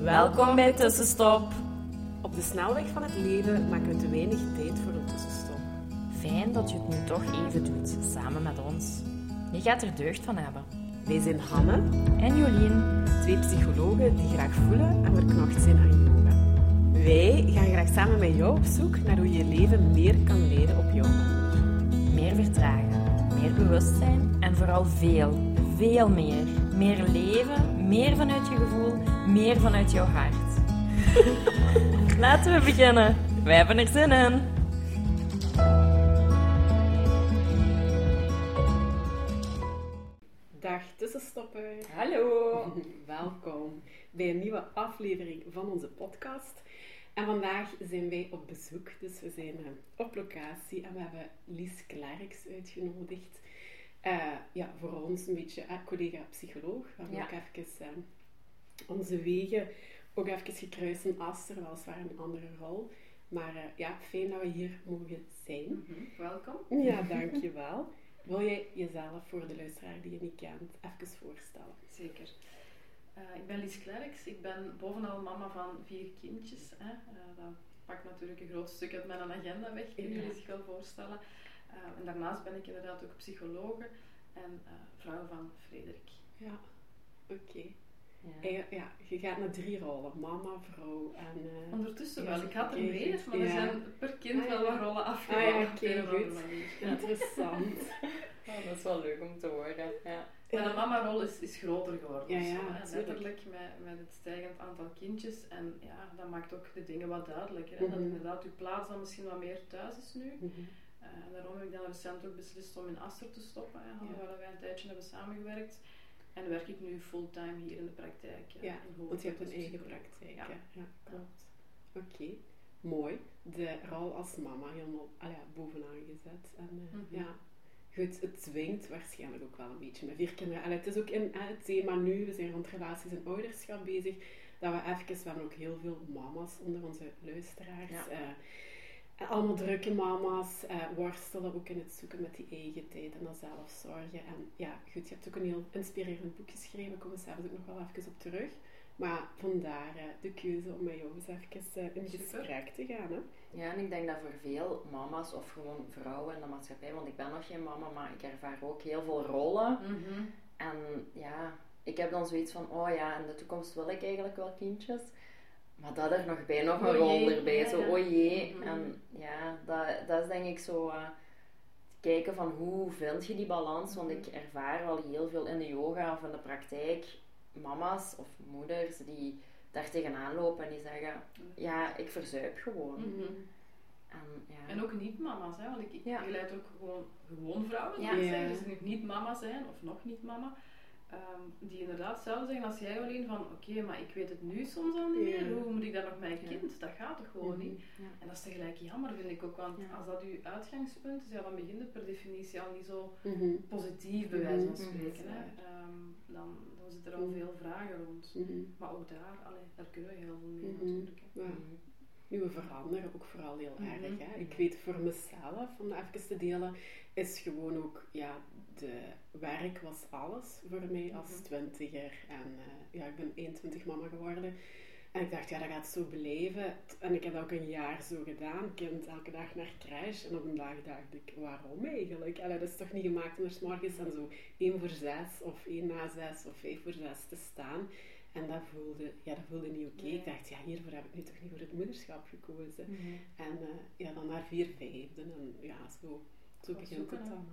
Welkom bij Tussenstop. Op de snelweg van het leven maken we te weinig tijd voor een tussenstop. Fijn dat je het nu toch even doet, samen met ons. Je gaat er deugd van hebben. Wij zijn Hanne En Jolien, twee psychologen die graag voelen en verknocht zijn aan yoga. Wij gaan graag samen met jou op zoek naar hoe je leven meer kan leiden op jouw manier. meer vertragen, meer bewustzijn en vooral veel meer. Meer leven, meer vanuit je gevoel, meer vanuit jouw hart. Laten we beginnen. Wij hebben er zin in. Dag tussenstopper. Hallo. Welkom bij een nieuwe aflevering van onze podcast. En vandaag zijn wij op bezoek, dus we zijn op locatie en we hebben Lies Klerks uitgenodigd. Voor ons een beetje collega-psycholoog. We hebben ook even onze wegen ook even gekruist in Aster, weliswaar een andere rol. Maar fijn dat we hier mogen zijn. Welkom. Ja, dankjewel. Wil jij jezelf voor de luisteraar die je niet kent even voorstellen? Zeker. Ik ben Lies Klerks. Ik ben bovenal mama van 4 kindjes. Dat pakt natuurlijk een groot stuk uit mijn agenda weg, kunnen jullie zich wel voorstellen. En daarnaast ben ik inderdaad ook psychologe en vrouw van Frederik. Ja, oké. Ja, je gaat naar 3 rollen. Mama, vrouw en... Ondertussen wel. Ik had er meer, maar er zijn per kind wel wat rollen afgevallen. Goed. Interessant. Dat is wel leuk om te horen. Ja. Maar de mama-rol is groter geworden. Letterlijk met het stijgend aantal kindjes. En ja, dat maakt ook de dingen wat duidelijker. Dat inderdaad uw plaats dan misschien wat meer thuis is nu. En daarom heb ik dan recent ook beslist om in Aster te stoppen. Waar wij een tijdje hebben samengewerkt. En werk ik nu fulltime hier in de praktijk. Want je hebt een eigen praktijk. Ja, klopt. Oké, mooi. De rol als mama helemaal bovenaan gezet. En goed, het dwingt waarschijnlijk ook wel een beetje met 4 kinderen. Het is ook in het thema nu, we zijn rond relaties en ouderschap bezig, dat we hebben ook heel veel mama's onder onze luisteraars. Allemaal drukke mama's, worstelen ook in het zoeken met die eigen tijd en dat zelfzorgen. En ja, goed, je hebt ook een heel inspirerend boek geschreven, daar komen we zelfs ook nog wel even op terug. Maar vandaar de keuze om met jou eens even in gesprek te gaan. Hè? Ja, en ik denk dat voor veel mama's of gewoon vrouwen in de maatschappij, want ik ben nog geen mama, maar ik ervaar ook heel veel rollen. En ja, ik heb dan zoiets van, in de toekomst wil ik eigenlijk wel kindjes. Maar dat er nog bij, nog een rol erbij, En ja, dat is denk ik zo kijken van hoe vind je die balans, want ik ervaar wel heel veel in de yoga of in de praktijk mama's of moeders die daar tegenaan lopen en die zeggen, ik verzuip gewoon. En ook niet-mama's, want ik begeleid ook gewoon vrouwen, dus die niet mama zijn of nog niet mama. Die inderdaad zelf zeggen als jij alleen van maar ik weet het nu soms al niet meer, hoe moet ik dat nog mijn kind? Dat gaat toch gewoon niet? En dat is tegelijk jammer, vind ik ook, want als dat uw uitgangspunt is, dan begint het per definitie al niet zo positief bij wijze van spreken. Dan zitten er al veel vragen rond. Maar ook daar kunnen we heel veel mee natuurlijk. Nu, we veranderen ook vooral heel erg. Hè? Ik weet voor mezelf, om dat even te delen, is gewoon ook, de werk was alles voor mij als 20er. En ik ben 21 mama geworden. En ik dacht, dat gaat zo blijven. En ik heb dat ook een jaar zo gedaan. Kind elke dag naar crash. En op een dag dacht ik, waarom eigenlijk? Dat is toch niet gemaakt om er 's morgens dan zo 1 voor 6 of 1 na 6 of 5 voor 6 te staan. En dat voelde niet oké. Ik dacht, hiervoor heb ik nu toch niet voor het moederschap gekozen. En dan naar 4/5. En zo begint het dan.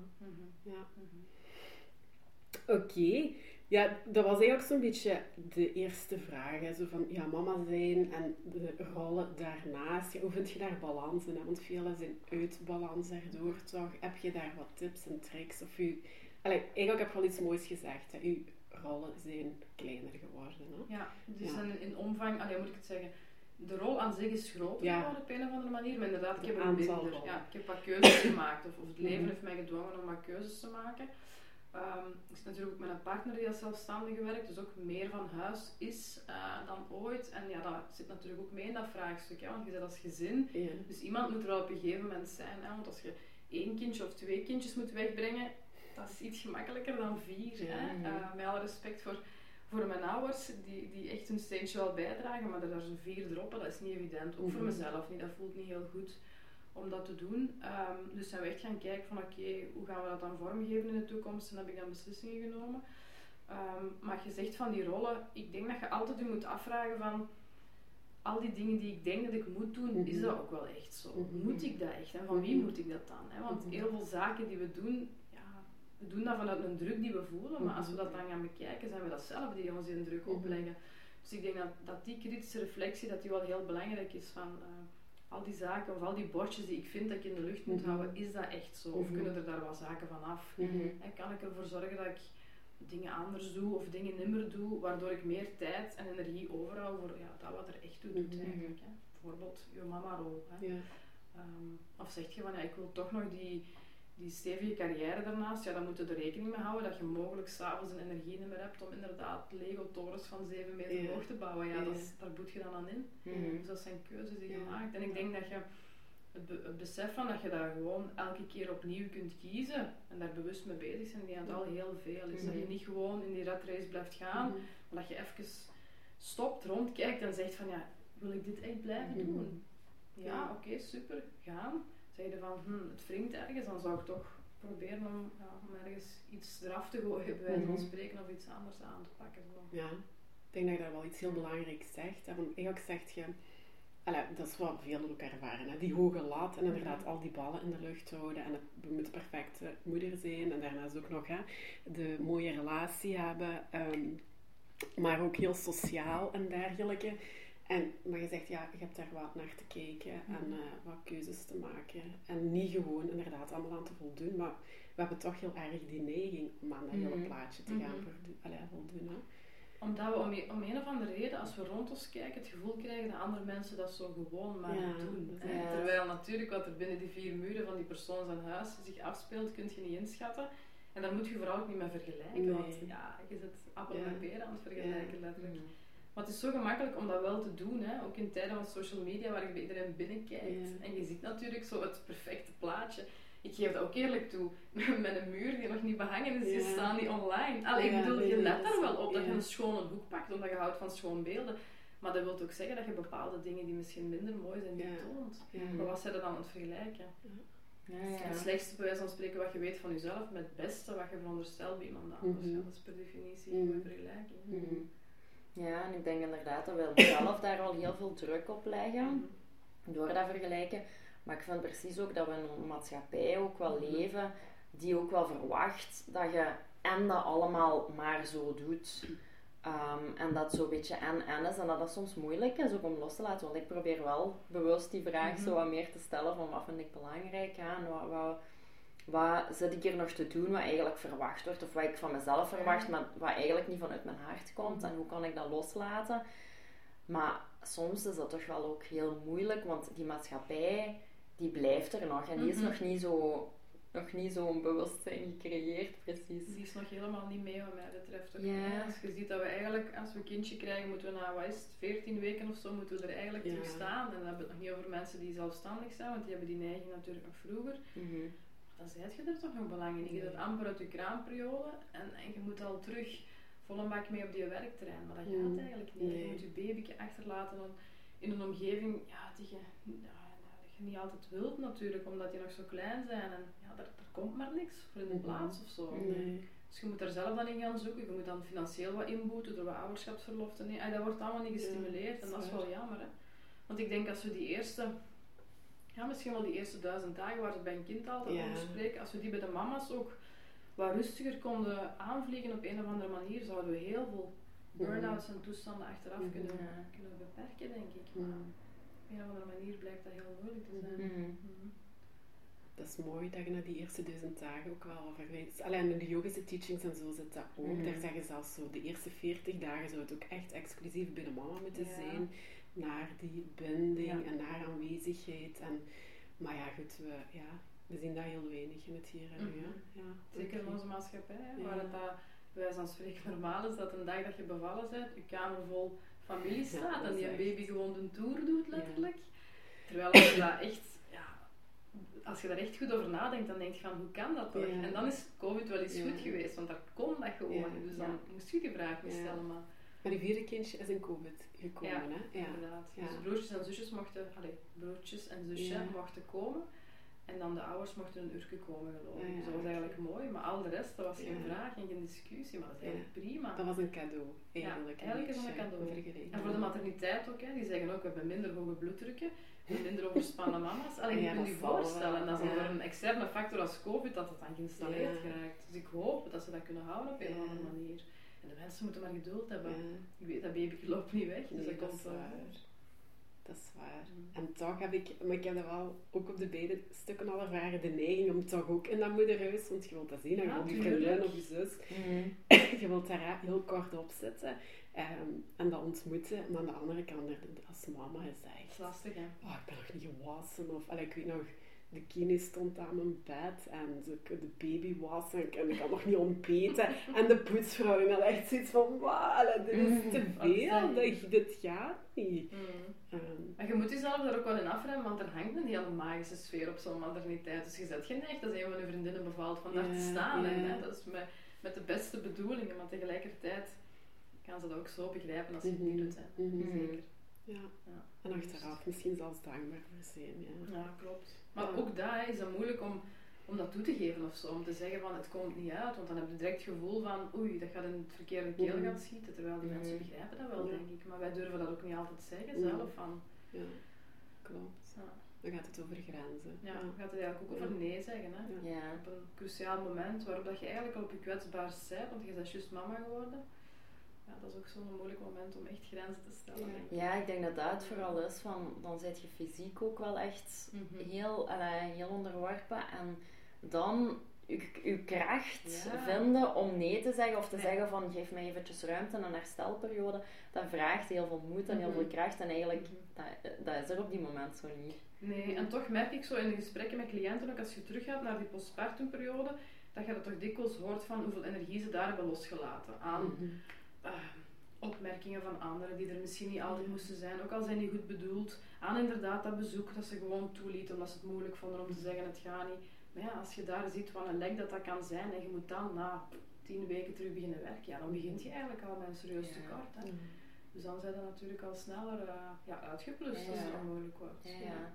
Oké. Ja, dat was eigenlijk zo'n beetje de eerste vraag. Hè. Zo van, mama zijn en de rollen daarnaast. Hoe vind je daar balans in? Hè? Want velen zijn uit balans daardoor, toch? Heb je daar wat tips en tricks? Of eigenlijk heb je al iets moois gezegd. Hè? Uw rollen zijn kleiner geworden. Hè? Ja, dus in omvang, moet ik het zeggen, de rol aan zich is groter geworden op een of andere manier, maar inderdaad, ik heb wat keuzes gemaakt, of het leven heeft mij gedwongen om wat keuzes te maken. Ik zit natuurlijk ook met een partner die als zelfstandige werkt, dus ook meer van huis is dan ooit. En dat zit natuurlijk ook mee in dat vraagstuk, want je zit als gezin, dus iemand moet er wel op een gegeven moment zijn. Want als je 1 kindje of 2 kindjes moet wegbrengen, dat is iets gemakkelijker dan 4. Met alle respect voor mijn ouders, die echt hun steentje wel bijdragen, maar er daar zo'n 4 droppen, dat is niet evident. Ook voor mezelf niet, dat voelt niet heel goed om dat te doen. Dus zijn we echt gaan kijken van oké, hoe gaan we dat dan vormgeven in de toekomst? En heb ik dan beslissingen genomen. Maar je zegt van die rollen, ik denk dat je altijd je moet afvragen van al die dingen die ik denk dat ik moet doen, is dat ook wel echt zo? Moet ik dat echt? En van wie moet ik dat dan? Hè? Want heel veel zaken die we doen, we doen dat vanuit een druk die we voelen, maar als we dat dan gaan bekijken, zijn we dat zelf die ons die druk opleggen. Dus ik denk dat die kritische reflectie, dat die wel heel belangrijk is van al die zaken of al die bordjes die ik vind dat ik in de lucht moet houden, is dat echt zo? Of kunnen er daar wat zaken van af? En kan ik ervoor zorgen dat ik dingen anders doe of dingen nimmer doe, waardoor ik meer tijd en energie overhoud voor dat wat er echt toe doet eigenlijk. Hè. Bijvoorbeeld je mama-rol. Hè. Ja. Of zeg je van ik wil toch nog die stevige carrière daarnaast, dan moet je er rekening mee houden dat je mogelijk s'avonds een energie niet meer hebt om inderdaad Lego-torens van 7 meter hoog te bouwen. Daar boet je dan aan in. Dus dat zijn keuzes die je maakt. En ik denk dat je het besef van dat je daar gewoon elke keer opnieuw kunt kiezen en daar bewust mee bezig zijn, die aan het al heel veel is. Dat je niet gewoon in die ratrace blijft gaan, maar dat je even stopt, rondkijkt en zegt van wil ik dit echt blijven doen? Ja, oké, super, gaan. Zeg je van, het wringt ergens, dan zou ik toch proberen om ergens iets eraf te gooien, bij wijze van spreken, of iets anders aan te pakken. Zo. Ja, ik denk dat je daar wel iets heel belangrijks zegt. En eigenlijk zegt je, dat is wat veel ook ervaren, hè? Die hoge lat en inderdaad al die ballen in de lucht houden en we moeten perfecte moeder zijn en daarnaast ook nog de mooie relatie hebben, maar ook heel sociaal en dergelijke. Maar je zegt, je hebt daar wat naar te kijken en wat keuzes te maken. En niet gewoon inderdaad allemaal aan te voldoen, maar we hebben toch heel erg die neiging om aan dat hele plaatje te gaan voldoen. Hè? Omdat we om een of andere reden, als we rond ons kijken, het gevoel krijgen dat andere mensen dat zo gewoon maar doen. Ja. Terwijl natuurlijk wat er binnen die 4 muren van die persoon zijn huis zich afspeelt, kun je niet inschatten. En daar moet je vooral ook niet mee vergelijken, want je zit appel en peren aan het vergelijken letterlijk. Maar het is zo gemakkelijk om dat wel te doen, hè? Ook in tijden van social media waar je bij iedereen binnenkijkt. En je ziet natuurlijk zo het perfecte plaatje. Ik geef dat ook eerlijk toe. Met een muur die nog niet behangen is, je staat niet online. Ik bedoel, je let daar wel op dat je een schone hoek pakt, omdat je houdt van schoon beelden. Maar dat wil ook zeggen dat je bepaalde dingen die misschien minder mooi zijn, niet toont. Maar wat zijn er dan aan het vergelijken? Het slechtste bij wijze van spreken wat je weet van jezelf met het beste wat je veronderstelt bij iemand anders. Dat is per definitie een vergelijking. Ja, en ik denk inderdaad dat we onszelf daar al heel veel druk op leggen, door dat vergelijken. Maar ik vind precies ook dat we in een maatschappij ook wel leven, die ook wel verwacht dat je en dat allemaal maar zo doet. En dat zo'n beetje en is. En dat soms moeilijk is ook om los te laten. Want ik probeer wel bewust die vraag zo wat meer te stellen van wat vind ik belangrijk en wat zit ik hier nog te doen wat eigenlijk verwacht wordt, of wat ik van mezelf verwacht, maar wat eigenlijk niet vanuit mijn hart komt, en hoe kan ik dat loslaten. Maar soms is dat toch wel ook heel moeilijk, want die maatschappij, die blijft er nog, en die is nog niet zo'n bewustzijn gecreëerd, precies. Die is nog helemaal niet mee wat mij betreft. Als je ziet dat we eigenlijk, als we een kindje krijgen, moeten we na 14 weken of zo, moeten we er eigenlijk terug staan. En dan hebben we het nog niet over mensen die zelfstandig zijn, want die hebben die neiging natuurlijk nog vroeger. Dan zijt je er toch nog belang in. Je zit amper uit je kraamperiode en je moet al terug vol een bak mee op die werkterrein. Maar dat gaat eigenlijk niet. Je moet je babytje achterlaten in een omgeving die je niet altijd wilt natuurlijk, omdat die nog zo klein zijn. En er komt maar niks voor in de plaats of zo. Dus je moet er zelf dan in gaan zoeken. Je moet dan financieel wat inboeten door wat ouderschapsverlof te nemen. Dat wordt allemaal niet gestimuleerd en dat is wel jammer. Hè? Want ik denk als we die eerste... misschien wel die eerste 1000 dagen waar we bij een kind altijd over spreken, als we die bij de mama's ook wat rustiger konden aanvliegen op een of andere manier, zouden we heel veel burn-outs en toestanden achteraf kunnen beperken, denk ik. Maar op een of andere manier blijkt dat heel moeilijk te zijn. Dat is mooi dat je na die eerste 1000 dagen ook wel verwijst. Alleen in de yogische teachings en zo zit dat ook. Daar zeggen ze zelfs zo, de eerste 40 dagen zou het ook echt exclusief binnen mama moeten zijn. Naar die binding en naar aanwezigheid. Maar goed, we zien dat heel weinig in het hier en nu. Zeker in onze maatschappij, waar het bij wijze van spreken normaal is dat een dag dat je bevallen bent, je kamer vol familie staat en die een baby gewoon de tour doet, letterlijk. Terwijl als je dat echt als je daar echt goed over nadenkt, dan denk je van, hoe kan dat toch? En dan is COVID wel eens goed geweest, want daar kon dat gewoon. Dus dan moest je die vraag niet stellen. Maar die vierde kindje is in COVID gekomen, hè? Ja, inderdaad. Dus broertjes en zusjes mochten, broertjes en zusje mochten komen. En dan de ouders mochten een uurtje komen, geloof ik. Dus dat was eigenlijk mooi. Maar al de rest, dat was geen vraag en geen discussie. Maar dat is eigenlijk prima. Dat was een cadeau, eigenlijk. Ja, eigenlijk is dat een cadeau. En voor de materniteit ook, hè. Die zeggen ook, we hebben minder hoge bloeddrukken. Minder overspannen mama's. Alleen je kunt je voorstellen dat door een externe factor als COVID dat het dan geïnstalleerd geraakt. Dus ik hoop dat ze dat kunnen houden op een of andere manier. En de mensen moeten maar geduld hebben. Je weet, dat baby loopt niet weg. Dus dat komt waar. Dat is waar. En toch heb ik, maar ik heb dat wel ook op de beide stukken al ervaren, de neiging om toch ook in dat moederhuis, want je wilt dat zien, je wilt je vriendin of je zus, je wilt daar heel kort op zitten en dat ontmoeten. Maar aan de andere kant, als mama is dat echt... Dat is lastig, hè? Oh, ik ben nog niet gewassen, of ik weet nog... De kine stond aan mijn bed en de baby was en ik had nog niet ontbeten. En de poetsvrouw had echt zoiets van, wauw, dit is te veel, dit gaat niet. Maar je moet jezelf daar ook wel in afremmen, want er hangt een hele magische sfeer op zo'n materniteit. Dus je zet geen echt als een van je vriendinnen bevalt van daar te staan. Hè? Dat is met de beste bedoelingen, maar tegelijkertijd kan ze dat ook zo begrijpen als je het niet doet. Hè? Zeker. Ja. En achteraf misschien zelfs dankbaar voor zijn. Ja, klopt. Maar ook daar is het moeilijk om dat toe te geven of zo. Om te zeggen van het komt niet uit. Want dan heb je direct het gevoel van oei, dat gaat in het verkeerde keelgat schieten. Terwijl die mensen begrijpen dat wel, denk ik. Maar wij durven dat ook niet altijd zeggen zelf. Van. Ja, klopt. Dan gaat het over grenzen. Ja, dan gaat het eigenlijk ook over nee zeggen. Hè? Op een cruciaal moment waarop dat je eigenlijk al op je kwetsbaarst bent. Want je bent juist mama geworden. Ja, dat is ook zo'n moeilijk moment om echt grenzen te stellen. Ja, ik denk dat dat het vooral is van, dan zit je fysiek ook wel echt heel onderworpen en dan je kracht vinden om nee te zeggen of te zeggen van geef mij eventjes ruimte en een herstelperiode, dat vraagt heel veel moed en heel veel kracht en eigenlijk dat is er op die moment zo niet. Nee, en toch merk ik zo in de gesprekken met cliënten ook als je teruggaat naar die postpartumperiode, dat je dat toch dikwijls hoort van hoeveel energie ze daar hebben losgelaten aan opmerkingen van anderen die er misschien niet altijd moesten zijn, ook al zijn die goed bedoeld, aan inderdaad dat bezoek dat ze gewoon toelieten omdat ze het moeilijk vonden om te zeggen het gaat niet. Maar ja, als je daar ziet wat een lek dat kan zijn en je moet dan na 10 weken terug beginnen werken, dan begint je eigenlijk al met een serieus tekort. Hè. Dus dan zijn ze natuurlijk al sneller uitgeplust als het onmogelijk wordt.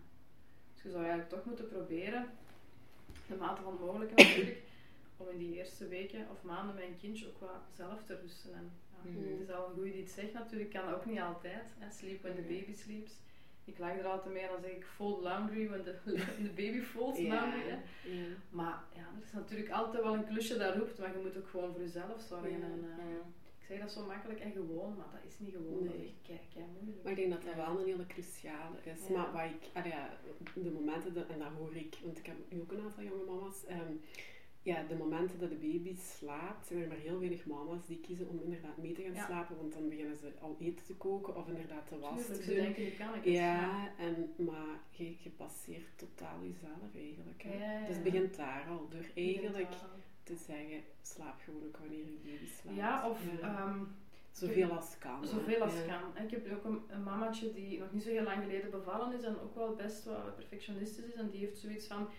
Dus je zou eigenlijk toch moeten proberen, de mate van het mogelijke natuurlijk, om in die eerste weken of maanden met een kindje ook wat zelf te rusten. En, het is al een goeie die het zegt natuurlijk, ik kan dat ook niet altijd. Sleep when the baby sleeps. Ik lag er altijd mee en dan zeg ik fold laundry when the baby folds laundry. Maar er is natuurlijk altijd wel een klusje dat roept, maar je moet ook gewoon voor jezelf zorgen. Ik zeg dat zo makkelijk en gewoon, maar dat is niet gewoon. Dat is echt kei moeilijk. Maar ik denk dat dat wel een hele cruciale is. Maar wat ik, de momenten, en dat hoor ik, want ik heb nu ook een aantal jonge mama's. De momenten dat de baby slaapt, zijn er maar heel weinig mama's die kiezen om inderdaad mee te gaan slapen, want dan beginnen ze al eten te koken of inderdaad de was te doen. Ze denken, nu kan ik het. Maar je passeert totaal jezelf eigenlijk. Hè. Dus het begint daar al, door eigenlijk te zeggen, slaap gewoon ook wanneer je baby slaapt. Ja, of... zoveel als kan. Zoveel als kan. Ik heb ook een mamaatje die nog niet zo heel lang geleden bevallen is en ook wel best wel perfectionistisch is en die heeft zoiets van...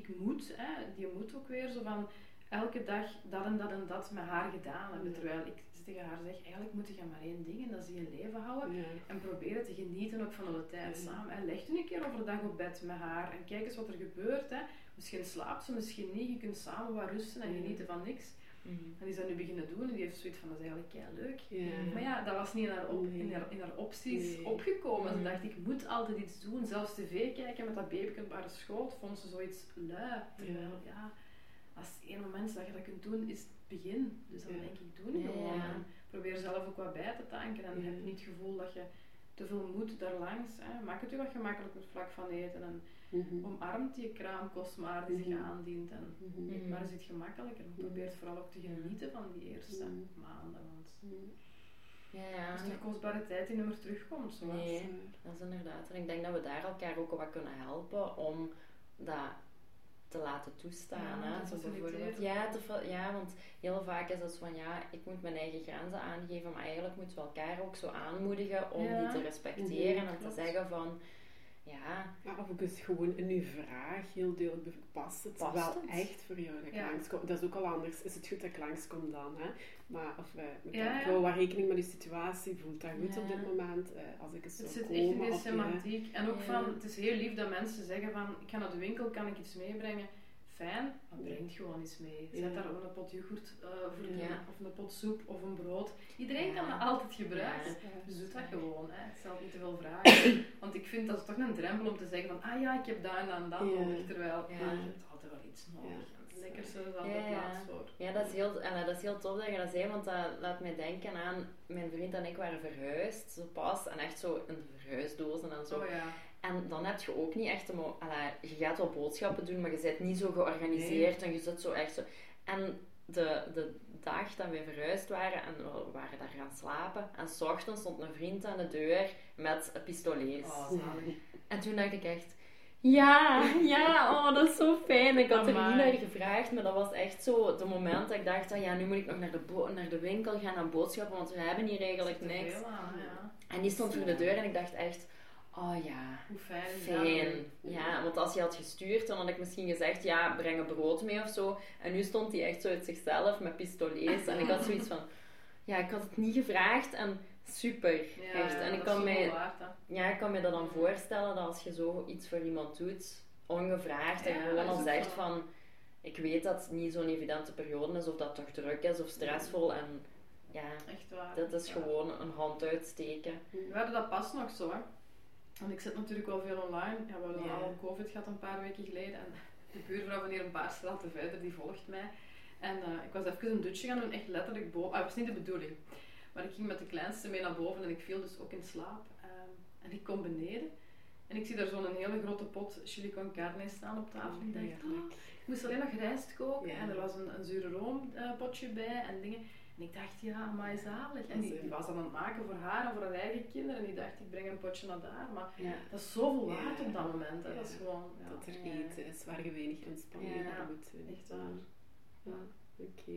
die moet ook weer zo van elke dag dat en dat en dat met haar gedaan hebben. Terwijl ik tegen haar zeg, eigenlijk moet je maar één ding en dat is je leven houden. En proberen te genieten ook van alle tijd samen. Leg je een keer overdag op bed met haar en kijk eens wat er gebeurt. Misschien slaapt ze, misschien niet. Je kunt samen wat rusten en genieten van niks. En die is dat nu beginnen doen en die heeft zoiets van, dat is eigenlijk kei leuk. Maar dat was niet in haar opties opgekomen. Ze dacht, ik moet altijd iets doen. Zelfs tv kijken met dat baby op haar schoot, vond ze zoiets lui. Terwijl, als één moment dat je dat kunt doen, is het begin. Dus dan denk ik, doe het gewoon. En probeer zelf ook wat bij te tanken. En heb niet het gevoel dat je te veel moet daarlangs. Maak het je wat gemakkelijk met vlak van eten. En omarmt die kraamkost maar die zich aandient. En maar is het gemakkelijker. En probeer vooral ook te genieten van die eerste maanden. Want dat is een kostbare tijd die niet meer terugkomt. Nee, dat is inderdaad. En ik denk dat we daar elkaar ook wat kunnen helpen om dat te laten toestaan. Zo bijvoorbeeld. Want heel vaak is het van ik moet mijn eigen grenzen aangeven, maar eigenlijk moeten we elkaar ook zo aanmoedigen om die te respecteren en te zeggen van Of ook eens gewoon in je vraag heel duidelijk past het wel echt voor jou dat ik langskom. Dat is ook al anders. Is het goed dat ik langskom dan? Hè? Maar of ik hou wel rekening met je situatie. Voelt dat goed op dit moment? Als ik eens zou komen. Het zit echt in de semantiek. En ook van, het is heel lief dat mensen zeggen van, ik ga naar de winkel, kan ik iets meebrengen? Fijn, maar brengt gewoon iets mee. Zet daar ook een pot yoghurt of een pot soep of een brood. Iedereen kan dat altijd gebruiken. Dus doe dat gewoon. Stel niet te veel vragen. Want ik vind dat is toch een drempel om te zeggen van, ik heb daar en dan nodig. Terwijl je hebt altijd wel iets nodig. Het lekkerste is altijd plaats voor. Ja, dat is heel tof dat je dat zei, want dat laat mij denken aan mijn vriend en ik waren verhuisd, zo pas, en echt zo in verhuisdozen en zo. Oh, ja. En dan heb je ook niet echt je gaat wel boodschappen doen, maar je bent niet zo georganiseerd en je zit zo echt zo. En de dag dat wij verhuisd waren en we waren daar gaan slapen en 's ochtends stond een vriend aan de deur met pistolets. En toen dacht ik echt, dat is zo fijn. Ik had er niet naar gevraagd, maar dat was echt zo de moment dat ik dacht, nu moet ik nog naar de winkel gaan en boodschappen, want we hebben hier eigenlijk niks. En die stond voor de deur en ik dacht echt, hoe fijn. Ja, want als je had gestuurd, dan had ik misschien gezegd, breng een brood mee of zo. En nu stond hij echt zo uit zichzelf met pistolets. En ik had zoiets van, ik had het niet gevraagd en super. Echt. En ik kan me dat dan voorstellen dat als je zo iets voor iemand doet, ongevraagd, en gewoon al zegt van, ik weet dat het niet zo'n evidente periode is, of dat het toch druk is of stressvol. En echt waar. Dat is gewoon een hand uitsteken. We hadden dat pas nog zo, hè. Want ik zit natuurlijk wel veel online. We hadden al COVID gehad een paar weken geleden. En de buurvrouw van hier een paar straten verder, die volgt mij. En ik was even een dutje gaan doen, echt letterlijk boven. Dat was niet de bedoeling. Maar ik ging met de kleinste mee naar boven en ik viel dus ook in slaap. En ik kom beneden. En ik zie daar zo'n hele grote pot chili con carne staan op tafel. En ik dacht, ik moest alleen nog rijst koken. En er was een zure roompotje bij en dingen. En ik dacht, maar zalig. En die was dan aan het maken voor haar en voor haar eigen kinderen. En die dacht, ik breng een potje naar daar. Maar dat is zoveel waard op dat moment. Hè. Dat is gewoon... dat er eten is waar je weinig inspanning voor moet doen. Echt waar. Oké.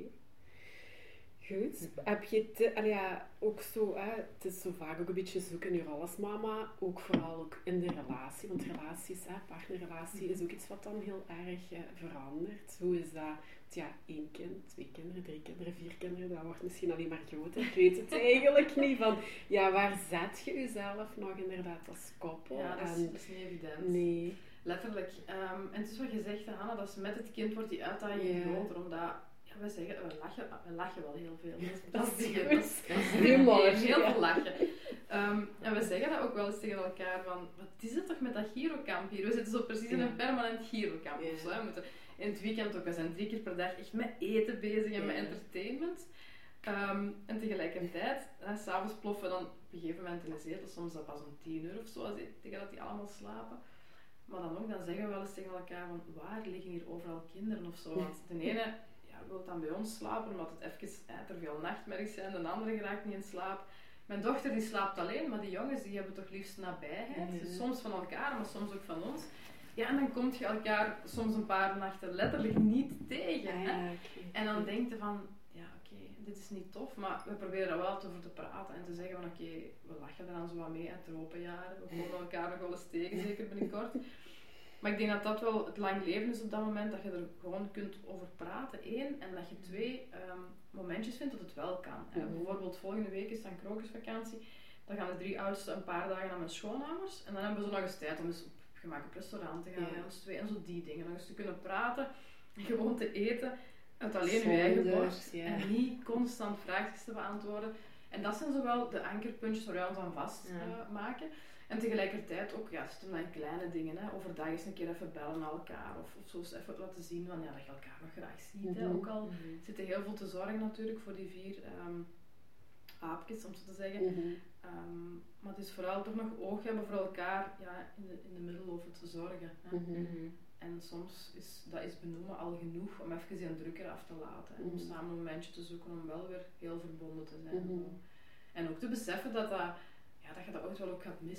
Goed. Heb je ook zo, het is zo vaak ook een beetje zoeken in je rol als mama, ook vooral ook in de relatie, want relaties, partnerrelatie is ook iets wat dan heel erg verandert. Hoe is dat? 1 kind, 2 kinderen, 3 kinderen, 4 kinderen, dat wordt misschien alleen maar groter. Ik weet het eigenlijk niet. Van, waar zet je jezelf nog inderdaad als koppel? Ja, dat is niet evident. Nee. Letterlijk. En het is wat je zegt, Hanna, dat is met het kind wordt die uitdaging groter, omdat... we lachen wel heel veel. Dat is humor. Heel veel lachen. En we zeggen dat ook wel eens tegen elkaar van, wat is het toch met dat gyrokamp hier? We zitten zo precies in een permanent gyrokamp. Of zo, we moeten in het weekend ook, we zijn 3 keer per dag echt met eten bezig en met entertainment. En tegelijkertijd, 's avonds ploffen we dan op een gegeven moment in de zetel, soms dat pas om 10 uur of zo, tegen dat die allemaal slapen. Maar dan zeggen we wel eens tegen elkaar van, waar liggen hier overal kinderen of zo? Want de ene wil dan bij ons slapen, omdat het even er veel nachtmerries zijn, de andere geraakt niet in slaap. Mijn dochter die slaapt alleen, maar die jongens die hebben toch liefst nabijheid. Dus soms van elkaar, maar soms ook van ons. Ja, en dan kom je elkaar soms een paar nachten letterlijk niet tegen. Hè? En dan denk je van, dit is niet tof, maar we proberen er wel over te praten en te zeggen van we lachen er dan zo wat mee en tropenjaren. We komen elkaar nog wel eens tegen, zeker binnenkort. Maar ik denk dat dat wel het lang leven is op dat moment, dat je er gewoon kunt over praten, 1, en dat je 2 momentjes vindt dat het wel kan. Bijvoorbeeld volgende week is dan krokusvakantie, dan gaan de 3 oudsten een paar dagen naar mijn schoonouders en dan hebben we zo nog eens tijd om eens op gemak op restaurant te gaan met ons 2 en zo die dingen, nog eens te kunnen praten en gewoon te eten uit alleen je eigen borst en niet constant vraagjes te beantwoorden. En dat zijn zowel de ankerpuntjes waar wij ons aan vastmaken. En tegelijkertijd ook, zitten dan in kleine dingen. Overdag eens een keer even bellen naar elkaar. Of zo eens even laten zien van, dat je elkaar nog graag ziet. Ook al zitten heel veel te zorgen natuurlijk voor die 4 aapjes, om zo te zeggen. Maar het is vooral toch nog oog hebben voor elkaar in de middel over te zorgen. En soms is benoemen al genoeg om even die druk eraf te laten. En om samen een momentje te zoeken om wel weer heel verbonden te zijn. En ook te beseffen dat je dat ooit wel ook gaat missen.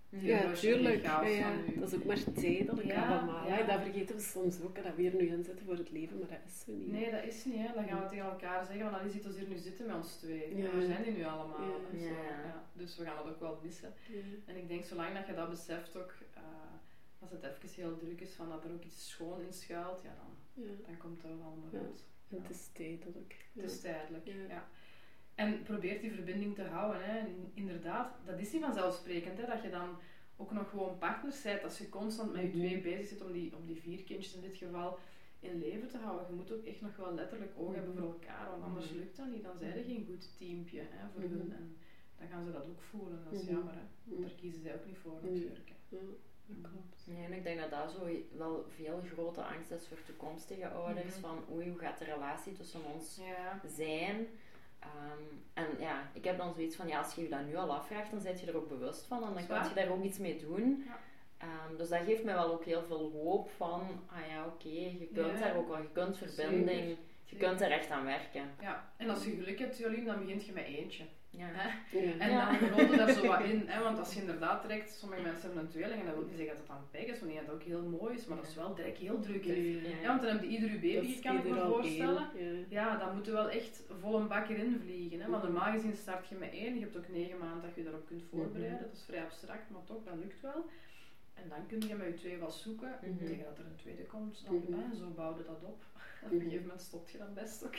Ja, tuurlijk. Dat is ook maar tijdelijk allemaal. Ja. Dat vergeten we soms ook, dat we hier nu inzetten voor het leven, maar dat is zo niet. Nee, dat is niet. Hè. Dan gaan we tegen elkaar zeggen, want dan ziet ons hier nu zitten met ons twee. Ja. We zijn die nu allemaal. Dus we gaan dat ook wel missen. Ja. En ik denk, zolang dat je dat beseft ook, als het even heel druk is, van dat er ook iets schoon in schuilt, dan komt dat wel allemaal goed. En het is tijdelijk. Het is tijdelijk, ja. En probeer die verbinding te houden. Hè. En inderdaad, dat is niet vanzelfsprekend. Hè, dat je dan ook nog gewoon partners bent. Als je constant met je twee bezig zit om die 4 kindjes in dit geval in leven te houden. Je moet ook echt nog wel letterlijk oog hebben voor elkaar. Want anders lukt dat niet. Dan zijn er geen goed teampje voor hun. En dan gaan ze dat ook voelen. Dat is jammer. Hè. Daar kiezen zij ook niet voor natuurlijk. Dat klopt. Ja, en ik denk dat dat zo wel veel grote angst is voor toekomstige ouders. Van hoe gaat de relatie tussen ons zijn? En ja, ik heb dan zoiets van, als je je dat nu al afvraagt, dan ben je er ook bewust van en dan kan je daar ook iets mee doen. Dus dat geeft mij wel ook heel veel hoop van, je kunt daar ook wel, je kunt verbinding, je kunt er echt aan werken. Ja, en als je geluk hebt, Jolien, dan begint je met eentje. En dan rolt je daar zo wat in, hè? Want als je inderdaad direct, sommige mensen hebben een tweeling en dat wil niet zeggen dat het dan pech is, want dat ook heel mooi is, maar dat is wel direct heel druk. Want dan heb je ieder je baby, kan ik me voorstellen. Dan moet je wel echt vol een bak erin vliegen. Hè? Want normaal gezien start je met 1, je hebt ook 9 maanden dat je daarop kunt voorbereiden. Dat is vrij abstract, maar toch, dat lukt wel. En dan kun je met je 2 wat zoeken, tegen dat er een tweede komt, dan zo bouwde dat op. Op een gegeven moment stopt je dan best ook.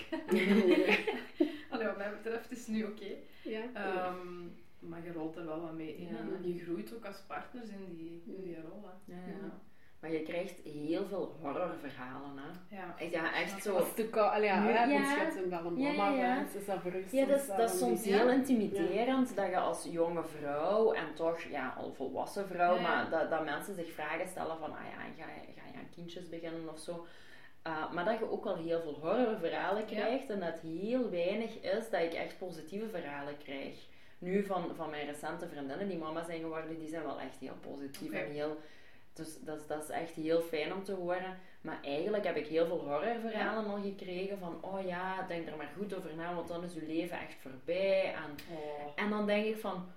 Wat mij betreft is het nu oké. Maar je rolt er wel wat mee in en je groeit ook als partners in die rol. Maar je krijgt heel veel horrorverhalen, hè? Echt zo. Als de schat en wel een mama is dat voor u dat is soms heel intimiderend dat je als jonge vrouw en toch, al volwassen vrouw, maar dat mensen zich vragen stellen van, ga je aan kindjes beginnen of zo. Maar dat je ook wel heel veel horrorverhalen krijgt en dat heel weinig is dat ik echt positieve verhalen krijg. Nu van mijn recente vriendinnen die mama zijn geworden, die zijn wel echt heel positief en heel... Dus dat is echt heel fijn om te horen. Maar eigenlijk heb ik heel veel horrorverhalen al gekregen van, denk er maar goed over na, want dan is uw leven echt voorbij. En dan denk ik van,